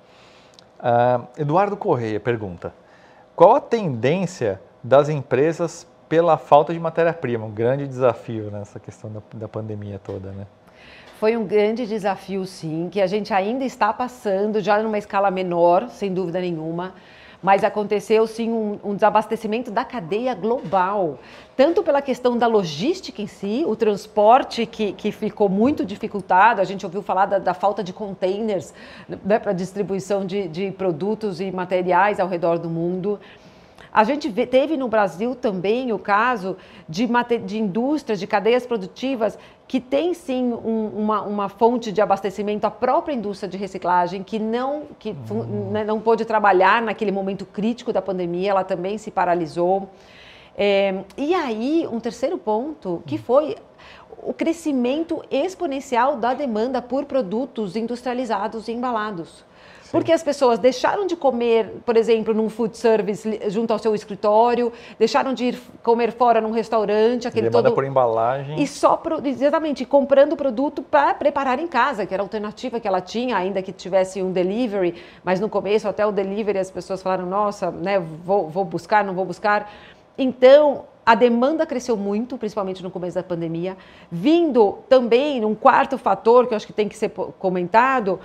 Eduardo Correia pergunta: qual a tendência das empresas pela falta de matéria-prima? Um grande desafio nessa questão da pandemia toda, né? Foi um grande desafio, sim, que a gente ainda está passando, já numa escala menor, sem dúvida nenhuma, mas aconteceu, sim, um desabastecimento da cadeia global, tanto pela questão da logística em si, o transporte que ficou muito dificultado, a gente ouviu falar da falta de containers, né, para distribuição de produtos e materiais ao redor do mundo. A gente teve no Brasil também o caso de indústrias, de cadeias produtivas que tem sim uma fonte de abastecimento, a própria indústria de reciclagem, que não pôde trabalhar naquele momento crítico da pandemia, ela também se paralisou. E aí, um terceiro ponto, que foi o crescimento exponencial da demanda por produtos industrializados e embalados. Sim. Porque as pessoas deixaram de comer, por exemplo, num food service junto ao seu escritório, deixaram de ir comer fora num restaurante, aquele demanda todo... por embalagem. E exatamente, comprando produto para preparar em casa, que era a alternativa que ela tinha, ainda que tivesse um delivery, mas no começo até o delivery as pessoas falaram, nossa, né, vou buscar, não vou buscar. Então, a demanda cresceu muito, principalmente no começo da pandemia, vindo também um quarto fator que eu acho que tem que ser comentado,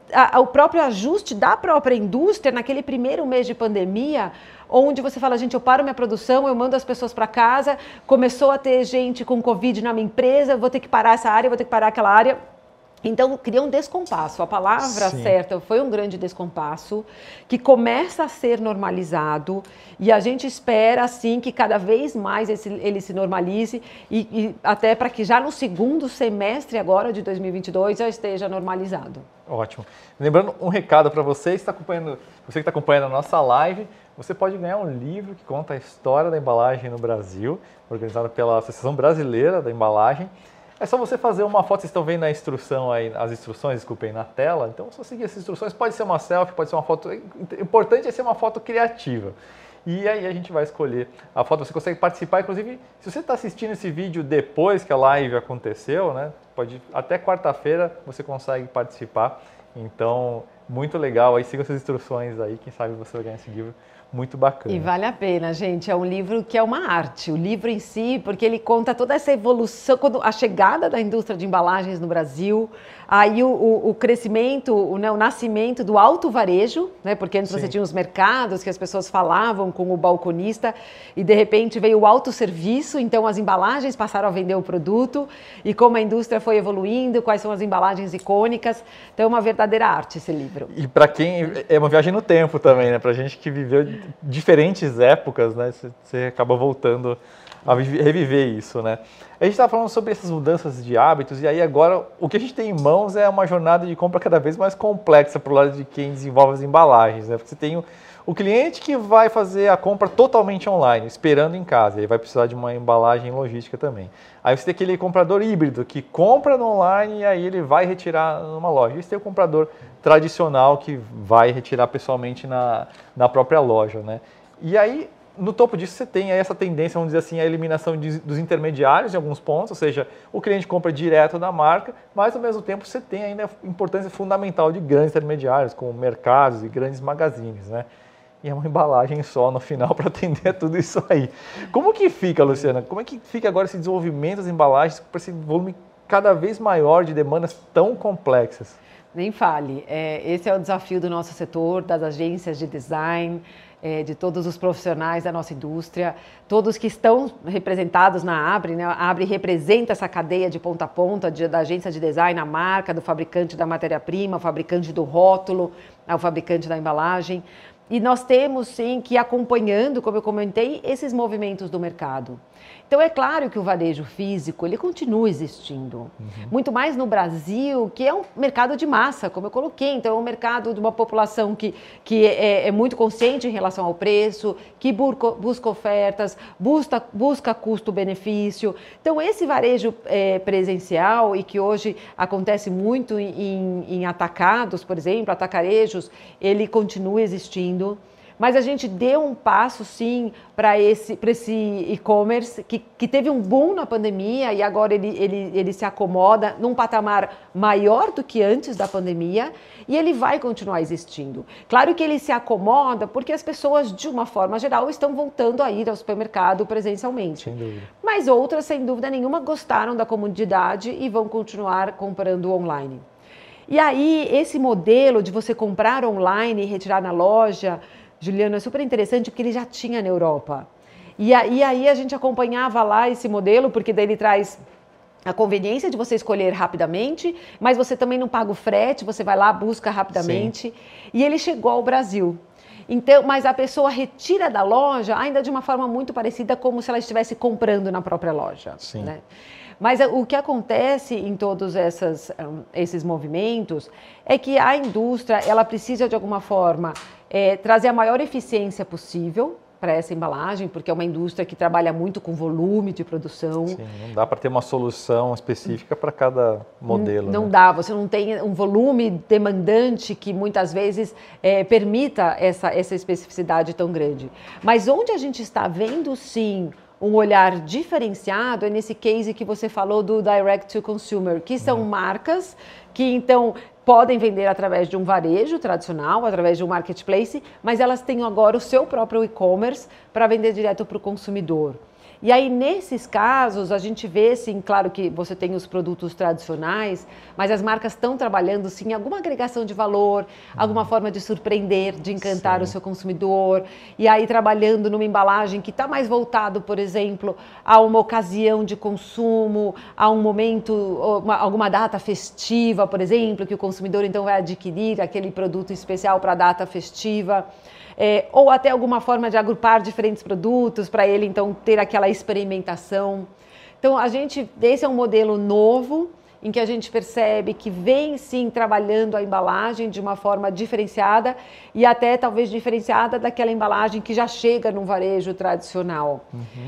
o próprio ajuste da própria indústria naquele primeiro mês de pandemia, onde você fala, gente, eu paro minha produção, eu mando as pessoas para casa, começou a ter gente com Covid na minha empresa, vou ter que parar essa área, vou ter que parar aquela área. Então, cria um descompasso. A palavra certa foi um grande descompasso, que começa a ser normalizado e a gente espera, assim, que cada vez mais ele se normalize e até para que já no segundo semestre agora de 2022 já esteja normalizado. Ótimo. Lembrando um recado para você que está acompanhando a nossa live, você pode ganhar um livro que conta a história da embalagem no Brasil, organizado pela Associação Brasileira da Embalagem. É só você fazer uma foto, vocês estão vendo a instrução aí, as instruções, desculpem, na tela. Então, se você seguir essas instruções, pode ser uma selfie, pode ser uma foto. O importante é ser uma foto criativa. E aí a gente vai escolher a foto, você consegue participar. Inclusive, se você está assistindo esse vídeo depois que a live aconteceu, né? Até quarta-feira você consegue participar. Então, muito legal. Aí siga essas instruções aí, quem sabe você vai ganhar esse livro. Muito bacana. E vale a pena, gente. É um livro que é uma arte. O livro em si, porque ele conta toda essa evolução, a chegada da indústria de embalagens no Brasil, aí o crescimento, o nascimento do alto varejo, né? Porque antes você tinha os mercados que as pessoas falavam com o balconista e de repente veio o autosserviço, então as embalagens passaram a vender o produto e como a indústria foi evoluindo, quais são as embalagens icônicas. Então é uma verdadeira arte esse livro. E para quem é uma viagem no tempo também, né? Pra gente que viveu diferentes épocas, né? Você acaba voltando a reviver isso, né? A gente estava falando sobre essas mudanças de hábitos e aí agora o que a gente tem em mãos é uma jornada de compra cada vez mais complexa para o lado de quem desenvolve as embalagens, né? Porque você tem o cliente que vai fazer a compra totalmente online, esperando em casa, ele vai precisar de uma embalagem logística também. Aí você tem aquele comprador híbrido que compra no online e aí ele vai retirar numa loja. E você tem o comprador tradicional que vai retirar pessoalmente na própria loja, né? E aí, no topo disso, você tem aí essa tendência, vamos dizer assim, a eliminação dos intermediários em alguns pontos, ou seja, o cliente compra direto da marca, mas ao mesmo tempo você tem ainda a importância fundamental de grandes intermediários, como mercados e grandes magazines, né? E é uma embalagem só no final para atender tudo isso aí. Como que fica, Luciana? Como é que fica agora esse desenvolvimento das embalagens para esse volume cada vez maior de demandas tão complexas? Nem fale. Esse é o desafio do nosso setor, das agências de design, de todos os profissionais da nossa indústria, todos que estão representados na Abre, né? A Abre representa essa cadeia de ponta a ponta da agência de design, a marca, do fabricante da matéria-prima, o fabricante do rótulo, o fabricante da embalagem. E nós temos, sim, que ir acompanhando, como eu comentei, esses movimentos do mercado. Então, é claro que o varejo físico, ele continua existindo. Muito mais no Brasil, que é um mercado de massa, como eu coloquei. Então, é um mercado de uma população que é muito consciente em relação ao preço, que busca ofertas, busca custo-benefício. Então, esse varejo presencial e que hoje acontece muito em atacados, por exemplo, atacarejos, ele continua existindo. Mas a gente deu um passo, sim, para esse e-commerce que teve um boom na pandemia e agora ele se acomoda num patamar maior do que antes da pandemia e ele vai continuar existindo. Claro que ele se acomoda porque as pessoas, de uma forma geral, estão voltando a ir ao supermercado presencialmente. Sem dúvida. Mas outras, sem dúvida nenhuma, gostaram da comodidade e vão continuar comprando online. E aí, esse modelo de você comprar online e retirar na loja, Juliano, é super interessante porque ele já tinha na Europa. E aí a gente acompanhava lá esse modelo, porque daí ele traz a conveniência de você escolher rapidamente, mas você também não paga o frete, você vai lá, busca rapidamente. Sim. E ele chegou ao Brasil. Então, mas a pessoa retira da loja ainda de uma forma muito parecida como se ela estivesse comprando na própria loja. Sim. Né? Mas o que acontece em todos esses movimentos é que a indústria ela precisa, de alguma forma, trazer a maior eficiência possível, para essa embalagem, porque é uma indústria que trabalha muito com volume de produção. Sim, não dá para ter uma solução específica para cada modelo. Não né? dá, você não tem um volume demandante que muitas vezes permita essa especificidade tão grande. Mas onde a gente está vendo, sim, um olhar diferenciado é nesse case que você falou do Direct to Consumer, que são marcas que, então, podem vender através de um varejo tradicional, através de um marketplace, mas elas têm agora o seu próprio e-commerce para vender direto para o consumidor. E aí, nesses casos, a gente vê, sim, claro que você tem os produtos tradicionais, mas as marcas estão trabalhando, sim, alguma agregação de valor, alguma forma de surpreender, de encantar o seu consumidor, e aí trabalhando numa embalagem que está mais voltado, por exemplo, a uma ocasião de consumo, a um momento, alguma data festiva, por exemplo, que o consumidor, então, vai adquirir aquele produto especial para a data festiva. Ou até alguma forma de agrupar diferentes produtos para ele, então, ter aquela experimentação. Então, esse é um modelo novo, em que a gente percebe que vem, sim, trabalhando a embalagem de uma forma diferenciada e até, talvez, diferenciada daquela embalagem que já chega num varejo tradicional.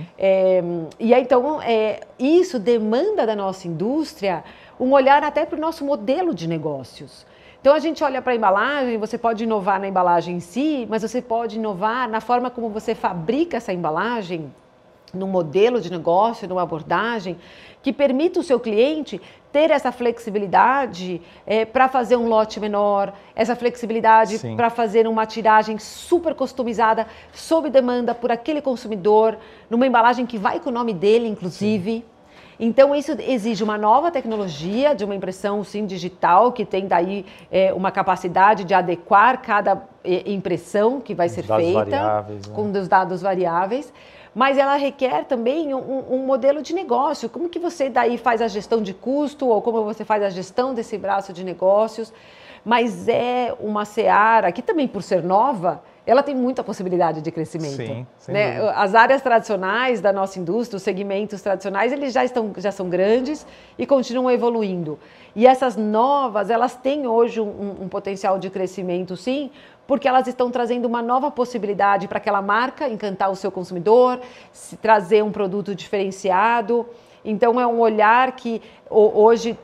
E aí, então, isso demanda da nossa indústria um olhar até para o nosso modelo de negócios. Então, a gente olha para a embalagem, você pode inovar na embalagem em si, mas você pode inovar na forma como você fabrica essa embalagem, num modelo de negócio, numa abordagem, que permita o seu cliente ter essa flexibilidade para fazer um lote menor, essa flexibilidade para fazer uma tiragem super customizada, sob demanda por aquele consumidor, numa embalagem que vai com o nome dele, inclusive. Sim. Então, isso exige uma nova tecnologia de uma impressão, sim, digital, que tem daí uma capacidade de adequar cada impressão que vai ser feita com os dados variáveis. Mas ela requer também um modelo de negócio. Como que você daí faz a gestão de custo ou como você faz a gestão desse braço de negócios? Mas é uma seara que também, por ser nova, ela tem muita possibilidade de crescimento. Sim, né? As áreas tradicionais da nossa indústria, os segmentos tradicionais, eles já são grandes e continuam evoluindo. E essas novas, elas têm hoje um potencial de crescimento, sim, porque elas estão trazendo uma nova possibilidade para aquela marca encantar o seu consumidor, trazer um produto diferenciado. Então, é um olhar que hoje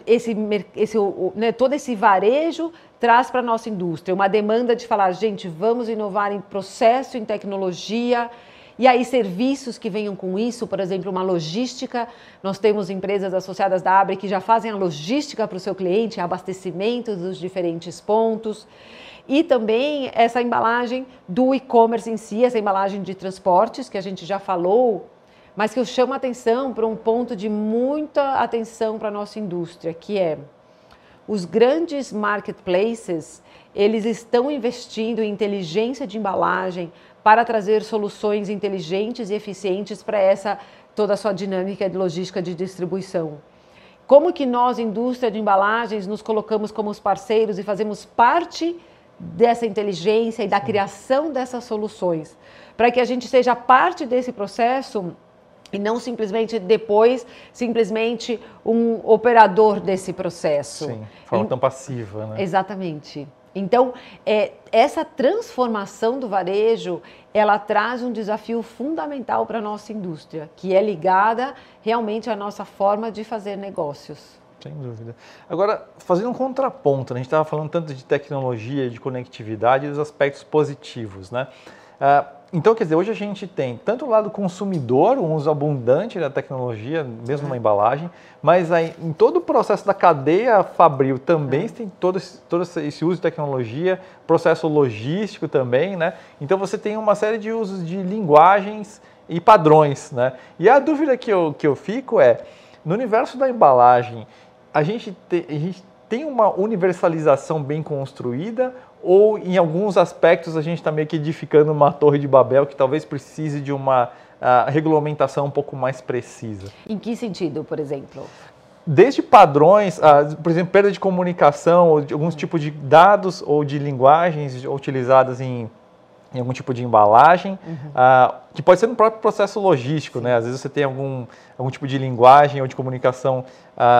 todo esse varejo traz para a nossa indústria, uma demanda de falar, gente, vamos inovar em processo, em tecnologia, e aí serviços que venham com isso, por exemplo, uma logística. Nós temos empresas associadas da Abre que já fazem a logística para o seu cliente, abastecimento dos diferentes pontos. E também essa embalagem do e-commerce em si, essa embalagem de transportes, que a gente já falou, mas que eu chamo a atenção para um ponto de muita atenção para a nossa indústria, que é os grandes marketplaces, eles estão investindo em inteligência de embalagem para trazer soluções inteligentes e eficientes para toda a sua dinâmica de logística de distribuição. Como que nós, indústria de embalagens, nos colocamos como os parceiros e fazemos parte dessa inteligência e da criação dessas soluções, para que a gente seja parte desse processo e não simplesmente um operador desse processo. Sim, de forma tão passiva, né? Exatamente. Então, essa transformação do varejo, ela traz um desafio fundamental para a nossa indústria, que é ligada realmente à nossa forma de fazer negócios. Sem dúvida. Agora, fazendo um contraponto, né? A gente estava falando tanto de tecnologia, de conectividade e dos aspectos positivos, né? Então, quer dizer, hoje a gente tem tanto o lado consumidor, um uso abundante da tecnologia, mesmo na embalagem, mas aí, em todo o processo da cadeia fabril também tem todo esse uso de tecnologia, processo logístico também, né? Então você tem uma série de usos de linguagens e padrões, né? E a dúvida que eu fico é, no universo da embalagem, a gente tem uma universalização bem construída ou em alguns aspectos a gente está meio que edificando uma torre de Babel que talvez precise de uma regulamentação um pouco mais precisa? Em que sentido, por exemplo? Desde padrões, por exemplo, perda de comunicação ou de alguns tipos de dados ou de linguagens utilizadas em algum tipo de embalagem, que pode ser no próprio processo logístico, né? Às vezes você tem algum tipo de linguagem ou de comunicação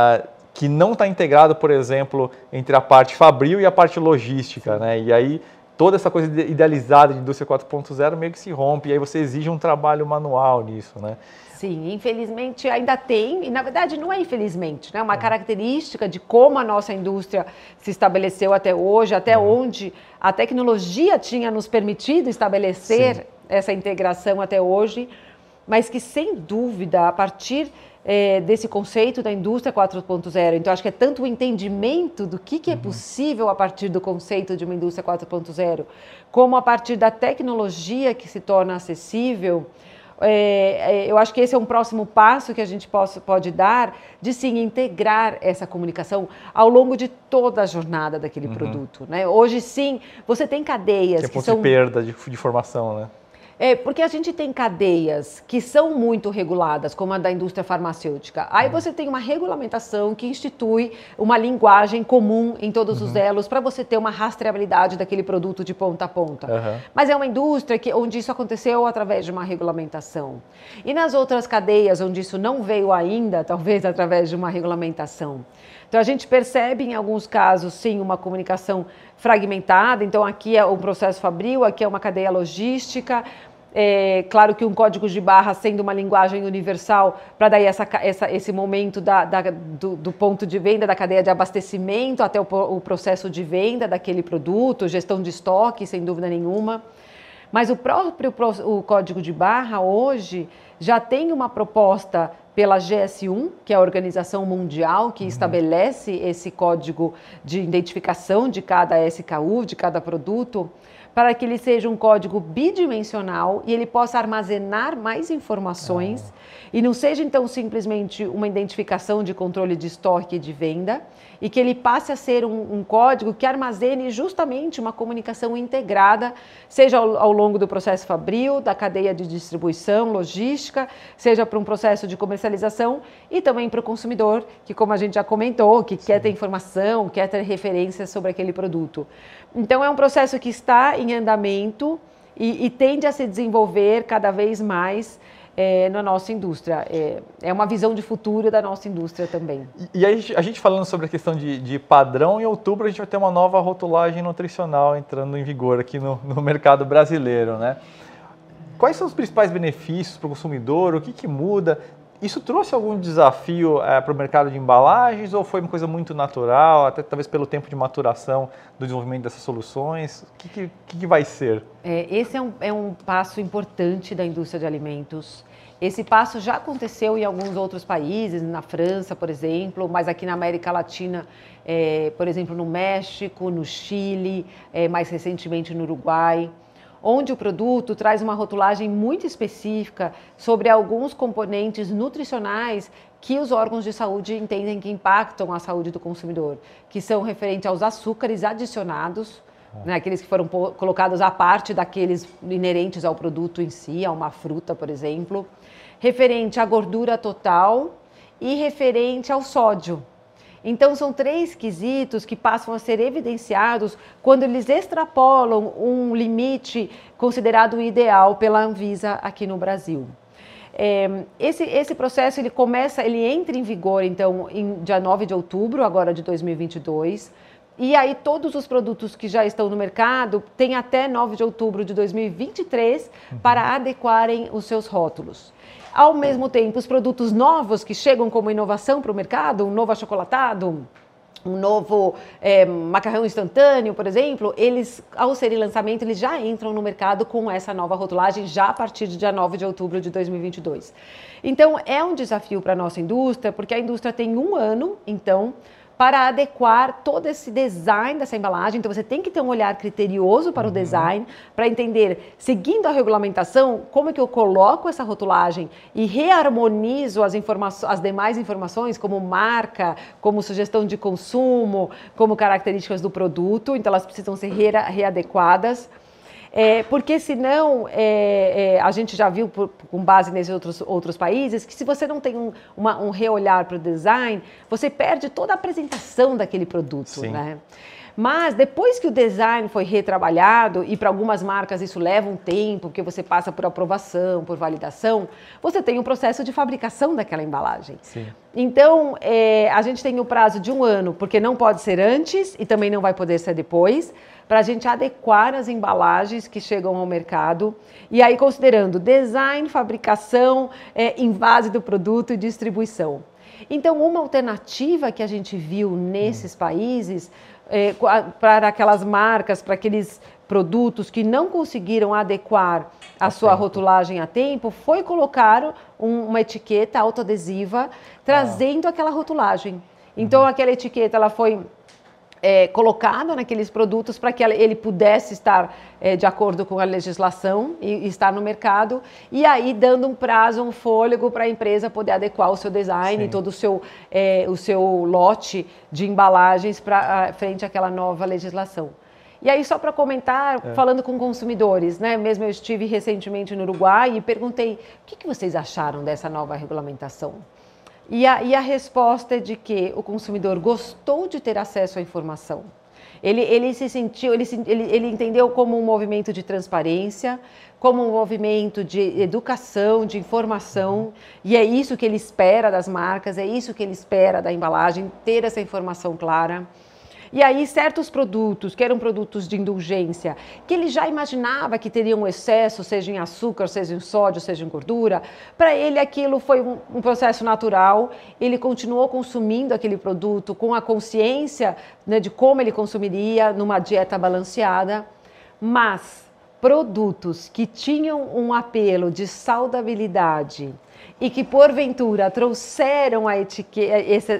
que não está integrado, por exemplo, entre a parte fabril e a parte logística, né? E aí toda essa coisa idealizada de indústria 4.0 meio que se rompe, e aí você exige um trabalho manual nisso, né? Sim, infelizmente ainda tem, e na verdade não é infelizmente, né? Uma característica de como a nossa indústria se estabeleceu até hoje, até onde a tecnologia tinha nos permitido estabelecer essa integração até hoje, mas que sem dúvida, a partir desse conceito da indústria 4.0, então acho que é tanto o entendimento do que é possível a partir do conceito de uma indústria 4.0, como a partir da tecnologia que se torna acessível. Eu acho que esse é um próximo passo que a gente pode dar, de sim integrar essa comunicação ao longo de toda a jornada daquele produto, né? Hoje sim, você tem cadeias que são... perda de formação, né? Porque a gente tem cadeias que são muito reguladas, como a da indústria farmacêutica. Aí você tem uma regulamentação que institui uma linguagem comum em todos os elos para você ter uma rastreabilidade daquele produto de ponta a ponta. Mas é uma indústria onde isso aconteceu através de uma regulamentação. E nas outras cadeias, onde isso não veio ainda, talvez através de uma regulamentação. Então, a gente percebe, em alguns casos, sim, uma comunicação fragmentada. Então, aqui é o processo fabril, aqui é uma cadeia logística. Claro que um código de barra sendo uma linguagem universal para daí esse momento do ponto de venda, da cadeia de abastecimento até o processo de venda daquele produto, gestão de estoque, sem dúvida nenhuma. Mas o código de barra hoje já tem uma proposta pela GS1, que é a Organização Mundial que estabelece esse código de identificação de cada SKU, de cada produto, para que ele seja um código bidimensional e ele possa armazenar mais informações e não seja então simplesmente uma identificação de controle de estoque e de venda, e que ele passe a ser um código que armazene justamente uma comunicação integrada, seja ao longo do processo fabril, da cadeia de distribuição, logística, seja para um processo de comercialização e também para o consumidor, que como a gente já comentou, que quer ter informação, quer ter referências sobre aquele produto. Então é um processo que está em andamento e tende a se desenvolver cada vez mais na nossa indústria. É uma visão de futuro da nossa indústria também. E aí, a gente falando sobre a questão de padrão, em outubro a gente vai ter uma nova rotulagem nutricional entrando em vigor aqui no mercado brasileiro, né? Quais são os principais benefícios para o consumidor? O que muda? Isso trouxe algum desafio para o mercado de embalagens ou foi uma coisa muito natural, até talvez pelo tempo de maturação do desenvolvimento dessas soluções? O que vai ser? Esse é um passo importante da indústria de alimentos. Esse passo já aconteceu em alguns outros países, na França, por exemplo, mas aqui na América Latina, por exemplo, no México, no Chile, mais recentemente no Uruguai, onde o produto traz uma rotulagem muito específica sobre alguns componentes nutricionais que os órgãos de saúde entendem que impactam a saúde do consumidor, que são referentes aos açúcares adicionados, né, aqueles que foram colocados à parte daqueles inerentes ao produto em si, a uma fruta, por exemplo, referente à gordura total e referente ao sódio. Então, são 3 quesitos que passam a ser evidenciados quando eles extrapolam um limite considerado ideal pela Anvisa aqui no Brasil. Esse processo ele entra em vigor, então, em dia 9 de outubro, agora de 2022, e aí todos os produtos que já estão no mercado têm até 9 de outubro de 2023 para adequarem os seus rótulos. Ao mesmo tempo, os produtos novos que chegam como inovação para o mercado, um novo achocolatado, um novo macarrão instantâneo, por exemplo, eles, ao serem lançamento, eles já entram no mercado com essa nova rotulagem já a partir do dia 9 de outubro de 2022. Então, é um desafio para a nossa indústria, porque a indústria tem um ano, então, para adequar todo esse design dessa embalagem. Então, você tem que ter um olhar criterioso para o design, para entender, seguindo a regulamentação, como é que eu coloco essa rotulagem e reharmonizo as demais informações, como marca, como sugestão de consumo, como características do produto. Então, elas precisam ser readequadas. Porque senão, a gente já viu, com base nesses outros países, que se você não tem um reolhar para o design, você perde toda a apresentação daquele produto, né? Mas depois que o design foi retrabalhado, e para algumas marcas isso leva um tempo, porque você passa por aprovação, por validação, você tem um processo de fabricação daquela embalagem. Sim. Então, a gente tem o prazo de 1 ano, porque não pode ser antes e também não vai poder ser depois, para a gente adequar as embalagens que chegam ao mercado. E aí, considerando design, fabricação, envase do produto e distribuição. Então, uma alternativa que a gente viu nesses países, para aquelas marcas, para aqueles produtos que não conseguiram adequar a sua rotulagem a tempo, foi colocar uma etiqueta autoadesiva trazendo aquela rotulagem. Então, aquela etiqueta ela foi colocada naqueles produtos para que ele pudesse estar de acordo com a legislação e estar no mercado, e aí dando um prazo, um fôlego para a empresa poder adequar o seu design, todo o seu lote de embalagens frente àquela nova legislação. E aí, só para comentar, falando com consumidores, né? Mesmo eu estive recentemente no Uruguai e perguntei, o que vocês acharam dessa nova regulamentação? E a resposta é de que o consumidor gostou de ter acesso à informação. Ele se sentiu, ele entendeu como um movimento de transparência, como um movimento de educação, de informação, e é isso que ele espera das marcas, é isso que ele espera da embalagem, ter essa informação clara. E aí, certos produtos, que eram produtos de indulgência, que ele já imaginava que teriam um excesso, seja em açúcar, seja em sódio, seja em gordura, para ele aquilo foi um processo natural, ele continuou consumindo aquele produto com a consciência, né, de como ele consumiria numa dieta balanceada, mas produtos que tinham um apelo de saudabilidade e que, porventura, trouxeram a etiqueta,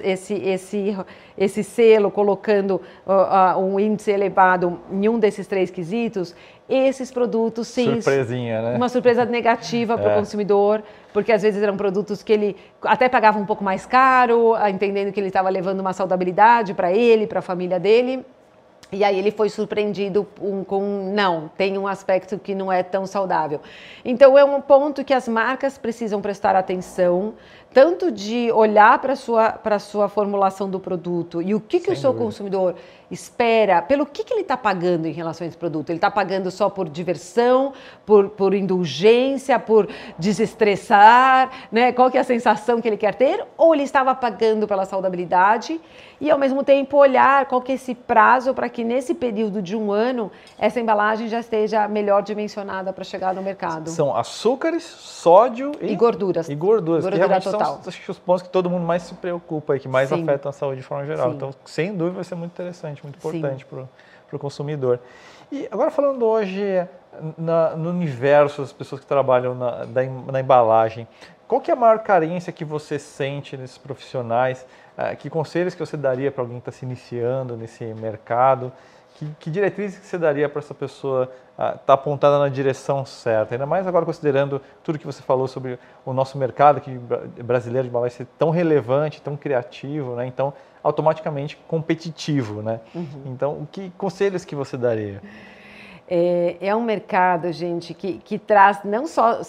esse selo, colocando um índice elevado em um desses 3 quesitos, esses produtos, sim, surpresinha, né? Uma surpresa negativa para o consumidor, porque às vezes eram produtos que ele até pagava um pouco mais caro, entendendo que ele estava levando uma saudabilidade para ele, para a família dele. E aí ele foi surpreendido não, tem um aspecto que não é tão saudável. Então é um ponto que as marcas precisam prestar atenção, tanto de olhar para a sua formulação do produto e o que o seu consumidor espera, pelo que ele está pagando em relação a esse produto. Ele está pagando só por diversão, por indulgência, por desestressar, né? Qual que é a sensação que ele quer ter? Ou ele estava pagando pela saudabilidade e, ao mesmo tempo, olhar qual que é esse prazo para que, nesse período de 1 ano, essa embalagem já esteja melhor dimensionada para chegar no mercado. São açúcares, sódio e gorduras. E gorduras, que realmente total. são os pontos que todo mundo mais se preocupa e que mais afetam a saúde de forma geral. Sim. Então, sem dúvida, vai ser muito interessante, muito importante para o consumidor. E agora, falando hoje no universo das pessoas que trabalham na embalagem, qual que é a maior carência que você sente nesses profissionais? Que conselhos que você daria para alguém que está se iniciando nesse mercado? Que diretrizes que você daria para essa pessoa estar apontada na direção certa? Ainda mais agora considerando tudo que você falou sobre o nosso mercado brasileiro de embalagem ser tão relevante, tão criativo, né? Então, automaticamente competitivo, né? Então, que conselhos que você daria? É um mercado, gente, que traz não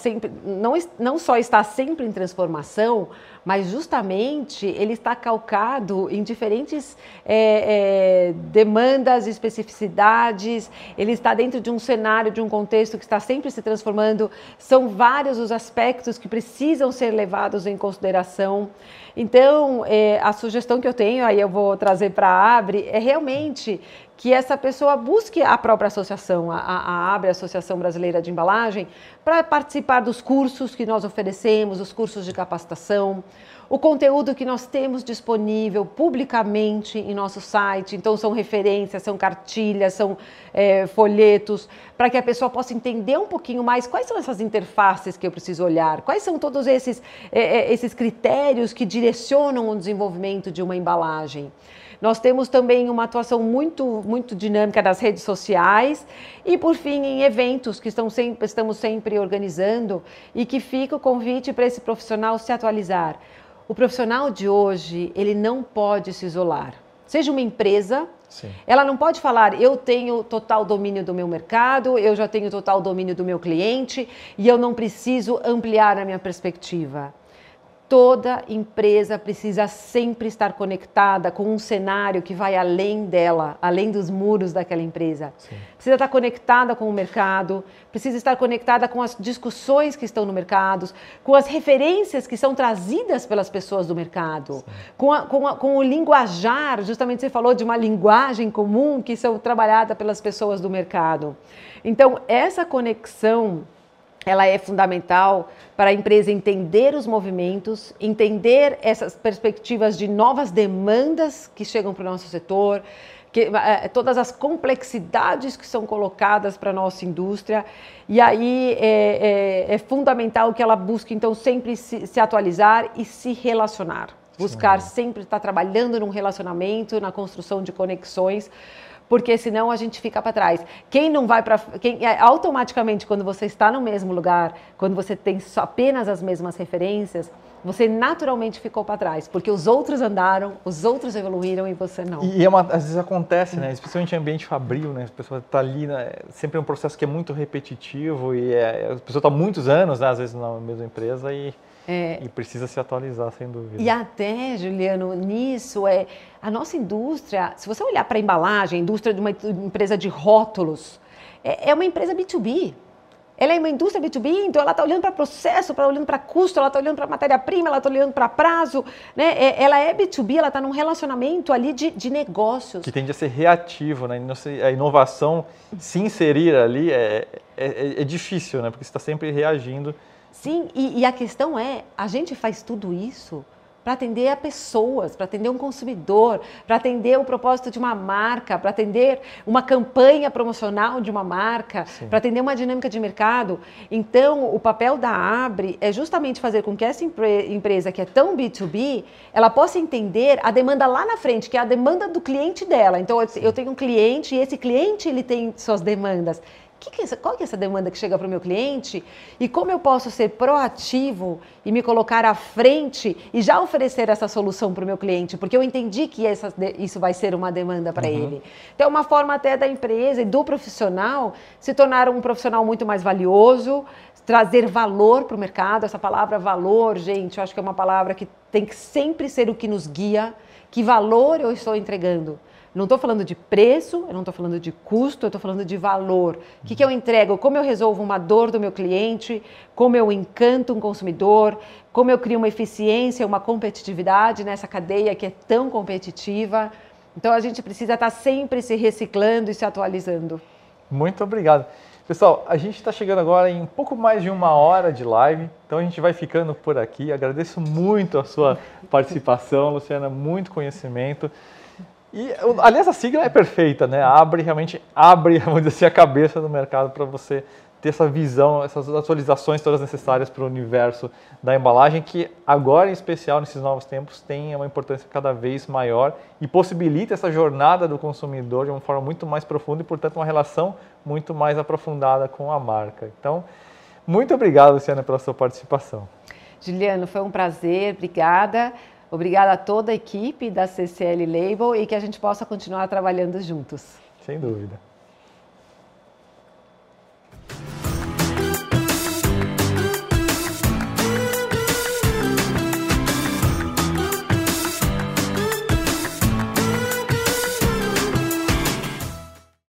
só está sempre em transformação, mas justamente ele está calcado em diferentes demandas, especificidades, ele está dentro de um cenário, de um contexto que está sempre se transformando, são vários os aspectos que precisam ser levados em consideração. Então, a sugestão que eu tenho, aí eu vou trazer para a Abre, é realmente que essa pessoa busque a própria associação, a Abre, a Associação Brasileira de Embalagem, para participar dos cursos que nós oferecemos, os cursos de capacitação, o conteúdo que nós temos disponível publicamente em nosso site. Então, são referências, são cartilhas, são folhetos, para que a pessoa possa entender um pouquinho mais quais são essas interfaces que eu preciso olhar, quais são todos esses critérios que direcionam o desenvolvimento de uma embalagem. Nós temos também uma atuação muito, muito dinâmica das redes sociais e, por fim, em eventos que estamos sempre organizando e que fica o convite para esse profissional se atualizar. O profissional de hoje, ele não pode se isolar. Seja uma empresa, ela não pode falar, eu tenho total domínio do meu mercado, eu já tenho total domínio do meu cliente e eu não preciso ampliar a minha perspectiva. Toda empresa precisa sempre estar conectada com um cenário que vai além dela, além dos muros daquela empresa. Sim. Precisa estar conectada com o mercado, precisa estar conectada com as discussões que estão no mercado, com as referências que são trazidas pelas pessoas do mercado, com o linguajar, justamente você falou de uma linguagem comum que são trabalhada pelas pessoas do mercado. Então, essa conexão ela é fundamental para a empresa entender os movimentos, entender essas perspectivas de novas demandas que chegam para o nosso setor, todas as complexidades que são colocadas para a nossa indústria. E aí é fundamental que ela busque, então, sempre se atualizar e se relacionar. Buscar sempre estar trabalhando num relacionamento, na construção de conexões, porque senão a gente fica para trás. Quem não vai para... Automaticamente, quando você está no mesmo lugar, quando você tem apenas as mesmas referências, você naturalmente ficou para trás, porque os outros andaram, os outros evoluíram e você não. E às vezes acontece, né? Especialmente em ambiente fabril, né? A pessoa está ali, né? Sempre é um processo que é muito repetitivo e a pessoa está há muitos anos, né? Às vezes na mesma empresa e precisa se atualizar, sem dúvida. E até, Juliano, nisso a nossa indústria, se você olhar para a embalagem, a indústria de uma empresa de rótulos, é uma empresa B2B. Ela é uma indústria B2B, então ela está olhando para processo, está olhando para custo, ela está olhando para matéria-prima, ela está olhando para prazo, né? Ela é B2B, ela está num relacionamento ali de negócios. Que tende a ser reativo, né? A inovação, se inserir ali é difícil, né? Porque você está sempre reagindo. Sim, e a questão a gente faz tudo isso para atender a pessoas, para atender um consumidor, para atender o propósito de uma marca, para atender uma campanha promocional de uma marca, para atender uma dinâmica de mercado. Então, o papel da Abre é justamente fazer com que essa empresa que é tão B2B, ela possa entender a demanda lá na frente, que é a demanda do cliente dela. Então, eu tenho um cliente e esse cliente ele tem suas demandas. Qual que é essa demanda que chega para o meu cliente e como eu posso ser proativo e me colocar à frente e já oferecer essa solução para o meu cliente, porque eu entendi que isso vai ser uma demanda para ele. Então, é uma forma até da empresa e do profissional se tornar um profissional muito mais valioso, trazer valor para o mercado. Essa palavra valor, gente, eu acho que é uma palavra que tem que sempre ser o que nos guia. Que valor eu estou entregando? Não estou falando de preço, eu não estou falando de custo, eu estou falando de valor. O que eu entrego? Como eu resolvo uma dor do meu cliente? Como eu encanto um consumidor? Como eu crio uma eficiência, uma competitividade nessa cadeia que é tão competitiva? Então, a gente precisa estar sempre se reciclando e se atualizando. Muito obrigado. Pessoal, a gente está chegando agora em um pouco mais de 1 hora de live, então a gente vai ficando por aqui. Agradeço muito a sua participação, Luciana, muito conhecimento. E, aliás, a sigla é perfeita, né? Realmente abre, vamos dizer assim, a cabeça do mercado para você ter essa visão, essas atualizações todas necessárias para o universo da embalagem, que agora, em especial, nesses novos tempos, tem uma importância cada vez maior e possibilita essa jornada do consumidor de uma forma muito mais profunda e, portanto, uma relação muito mais aprofundada com a marca. Então, muito obrigado, Luciana, pela sua participação. Juliano, foi um prazer, obrigada. Obrigada a toda a equipe da CCL Label e que a gente possa continuar trabalhando juntos. Sem dúvida.